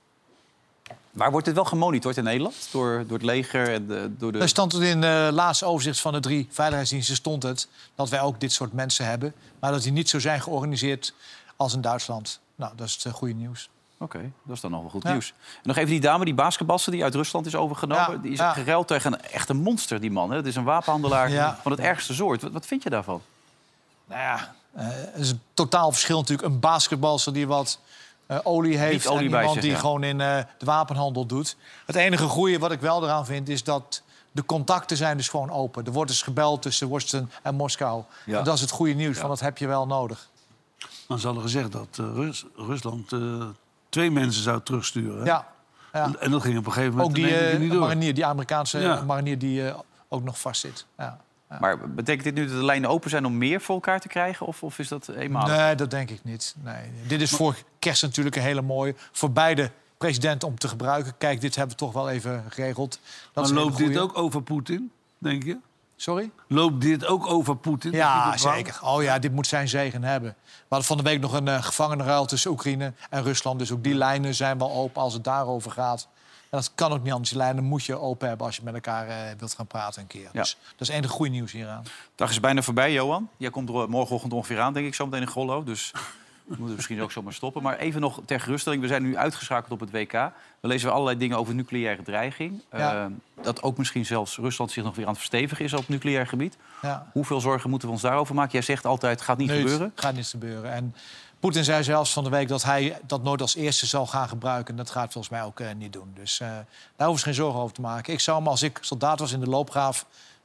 Maar wordt dit wel gemonitord in Nederland? Door, door het leger en de, door de... Er stond het in het laatste overzicht van de drie veiligheidsdiensten stond het dat wij ook dit soort mensen hebben. Maar dat die niet zo zijn georganiseerd als in Duitsland. Nou, dat is het uh, goede nieuws. Oké, okay, dat is dan nog wel goed Ja. nieuws. En nog even die dame, die basketbalster die uit Rusland is overgenomen. Ja, Die is ja. geruild tegen een echte monster, die man. Hè? Het is een wapenhandelaar Ja. van het ergste soort. Wat, wat vind je daarvan? Nou ja, uh, het is een totaal verschil natuurlijk. Een basketbalster die wat uh, olie heeft olie en bij iemand zich, die ja. gewoon in uh, de wapenhandel doet. Het enige goede wat ik wel eraan vind is dat de contacten zijn dus gewoon open. Er wordt dus gebeld tussen Washington en Moskou. Ja. En dat is het goede nieuws, want dat heb je wel nodig. Dan zal er gezegd dat uh, Rus, Rusland uh, twee mensen zou terugsturen. hè? Ja, ja. En, en dat ging op een gegeven moment Ook die in één keer uh, niet door. marinier, die Amerikaanse Ja. marinier die uh, ook nog vastzit. Ja. Maar betekent dit nu dat de lijnen open zijn om meer voor elkaar te krijgen? Of, of is dat eenmalig? Nee, dat denk ik niet. Nee. Dit is voor kerst natuurlijk een hele mooie. Voor beide presidenten om te gebruiken. Kijk, dit hebben we toch wel even geregeld. Dat Maar is een hele loopt dit goeie. ook over Poetin, denk je? Sorry? Loopt dit ook over Poetin? dat hij Ja, dit wou? zeker. Oh ja, dit moet zijn zegen hebben. We hadden van de week nog een uh, gevangenenruil tussen Oekraïne en Rusland. Dus ook die lijnen zijn wel open als het daarover gaat. En dat kan ook niet anders. Die lijnen moet je open hebben als je met elkaar uh, wilt gaan praten een keer. Ja. Dus dat is het enige goede nieuws hieraan. De dag is bijna voorbij, Johan. Jij komt er morgenochtend ongeveer aan, denk ik, zo meteen in Gollo. Dus we moeten misschien ook zomaar stoppen. Maar even nog ter geruststelling. We zijn nu uitgeschakeld op het W K. We lezen allerlei dingen over nucleaire dreiging. Ja. Uh, dat ook misschien zelfs Rusland zich nog weer aan het verstevigen is op nucleair gebied. Ja. Hoeveel zorgen moeten we ons daarover maken? Jij zegt altijd, het gaat niet Nee, gebeuren. Het gaat niet gebeuren. En Poetin zei zelfs van de week dat hij dat nooit als eerste zal gaan gebruiken. En dat gaat volgens mij ook uh, niet doen. Dus uh, daar hoeven ze geen zorgen over te maken. Ik zou hem, als ik soldaat was in de loopgraaf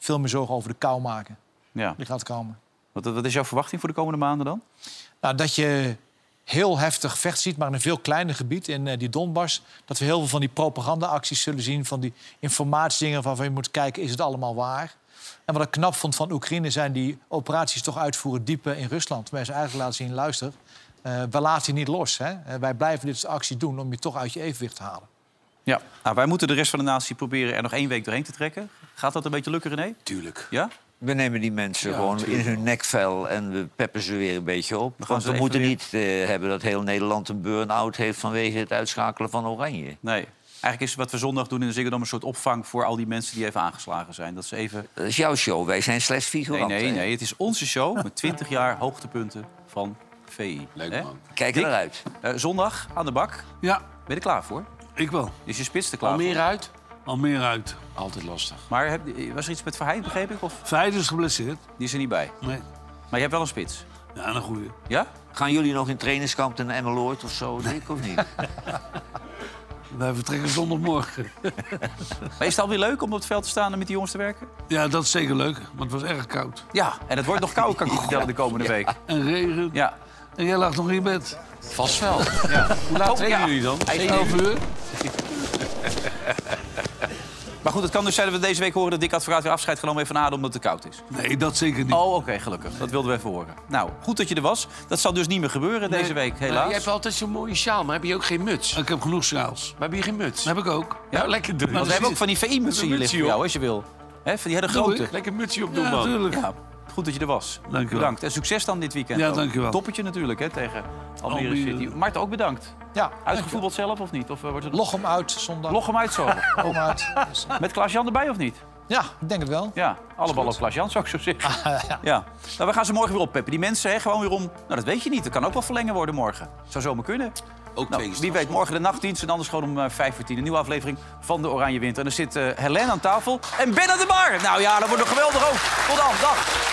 veel meer zorgen over de kou maken. Ja. Die gaat komen. Wat, wat is jouw verwachting voor de komende maanden dan? Nou, dat je heel heftig gevecht ziet, maar in een veel kleiner gebied, in uh, die Donbass. Dat we heel veel van die propagandaacties zullen zien, van die informatiedingen waarvan je moet kijken, is het allemaal waar? En wat ik knap vond van Oekraïne zijn die operaties toch uitvoeren diep in Rusland. Waar ze eigenlijk laten zien, luister, uh, wij laten je niet los. Hè? Uh, wij blijven dit soort actie doen om je toch uit je evenwicht te halen. Ja, nou, wij moeten de rest van de natie proberen er nog één week doorheen te trekken. Gaat dat een beetje lukken, René? Tuurlijk. Ja? We nemen die mensen Ja, gewoon tuurlijk. in hun nekvel en we peppen ze weer een beetje op. gaan Want ze we even moeten weer- niet uh, hebben dat heel Nederland een burn-out heeft vanwege het uitschakelen van Oranje. Nee. Eigenlijk is wat we zondag doen in de Ziggo Dome een soort opvang voor al die mensen die even aangeslagen zijn. Dat ze even... Dat is jouw show, wij zijn slechts Nee, figuranten. nee, nee. Het is onze show met twintig jaar hoogtepunten van V I. Leuk, Hè? man. Kijk Dick? eruit. Uh, zondag aan de bak. Ja, Ben je er klaar voor? ik wel. Is je spits er klaar Almere voor? uit? Al meer uit. Altijd lastig. Maar heb, was er iets met Verheij, begreep ik? Of Vijf is geblesseerd. die is er niet bij? Nee. Maar je hebt wel een spits. Ja, een goeie. Ja? Gaan jullie nog in trainingskamp naar Emmeloord of zo, Dick, of niet? Wij vertrekken zondagmorgen. Maar is het alweer leuk om op het veld te staan en met die jongens te werken? Ja, dat is zeker leuk, maar het was erg koud. Ja, en het wordt nog koud, kan ik je vertellen, de komende week. En regen. Ja. En jij lag nog in je bed. Vast wel. Ja. Hoe laat Oh, trainen ja. jullie dan? Hij is elf uur. Maar goed, het kan dus zijn dat we deze week horen dat Dick Advocaat weer afscheid genomen heeft van A D O omdat het te koud is. Nee, dat zeker niet. Oh, oké, gelukkig. Dat wilden we even horen. Nou, goed dat je er was. Dat zal dus niet meer gebeuren deze week, Maar helaas. jij hebt altijd zo'n mooie sjaal, maar heb je ook geen muts? Ik heb genoeg schaals. Maar heb je geen muts? Dat heb ik ook. Ja, lekker doen. Want we hebben ook van die V I-mutsen hier liggen voor jou, als je wil. Hè, van die hele Doe grote. ik. Lekker mutsje op doen, Ja, man. natuurlijk. Ja, goed dat je er was. Dank u wel. Bedankt. En succes dan dit weekend. Ja, ook. dank u wel. Toppertje natuurlijk, hè, tegen Almere Almere. City. Marten, ook bedankt. Ja, Uitgevoetbald zelf of niet? Of eh, wordt het... log hem uit zondag. Log hem uit zo. Log hem uit. Dus, Met Klaas-Jan erbij of niet? ja, ik denk het wel. Ja, alle ballen op Klaas-Jan, zou ik zo zeggen. Ja. Nou, we gaan ze morgen weer oppeppen. Die mensen, hè, gewoon weer om... Nou, dat weet je niet. Dat kan ook wel verlengen worden morgen. Zou zomaar kunnen. Ook Nou, twee wie weet, morgen de nachtdienst en anders gewoon om uh, vijf voor tien. Een nieuwe aflevering van de Oranje Winter. En er zit uh, Helene aan tafel en Ben aan de bar. Nou ja, dat wordt nog geweldig ook. Tot dan, dag.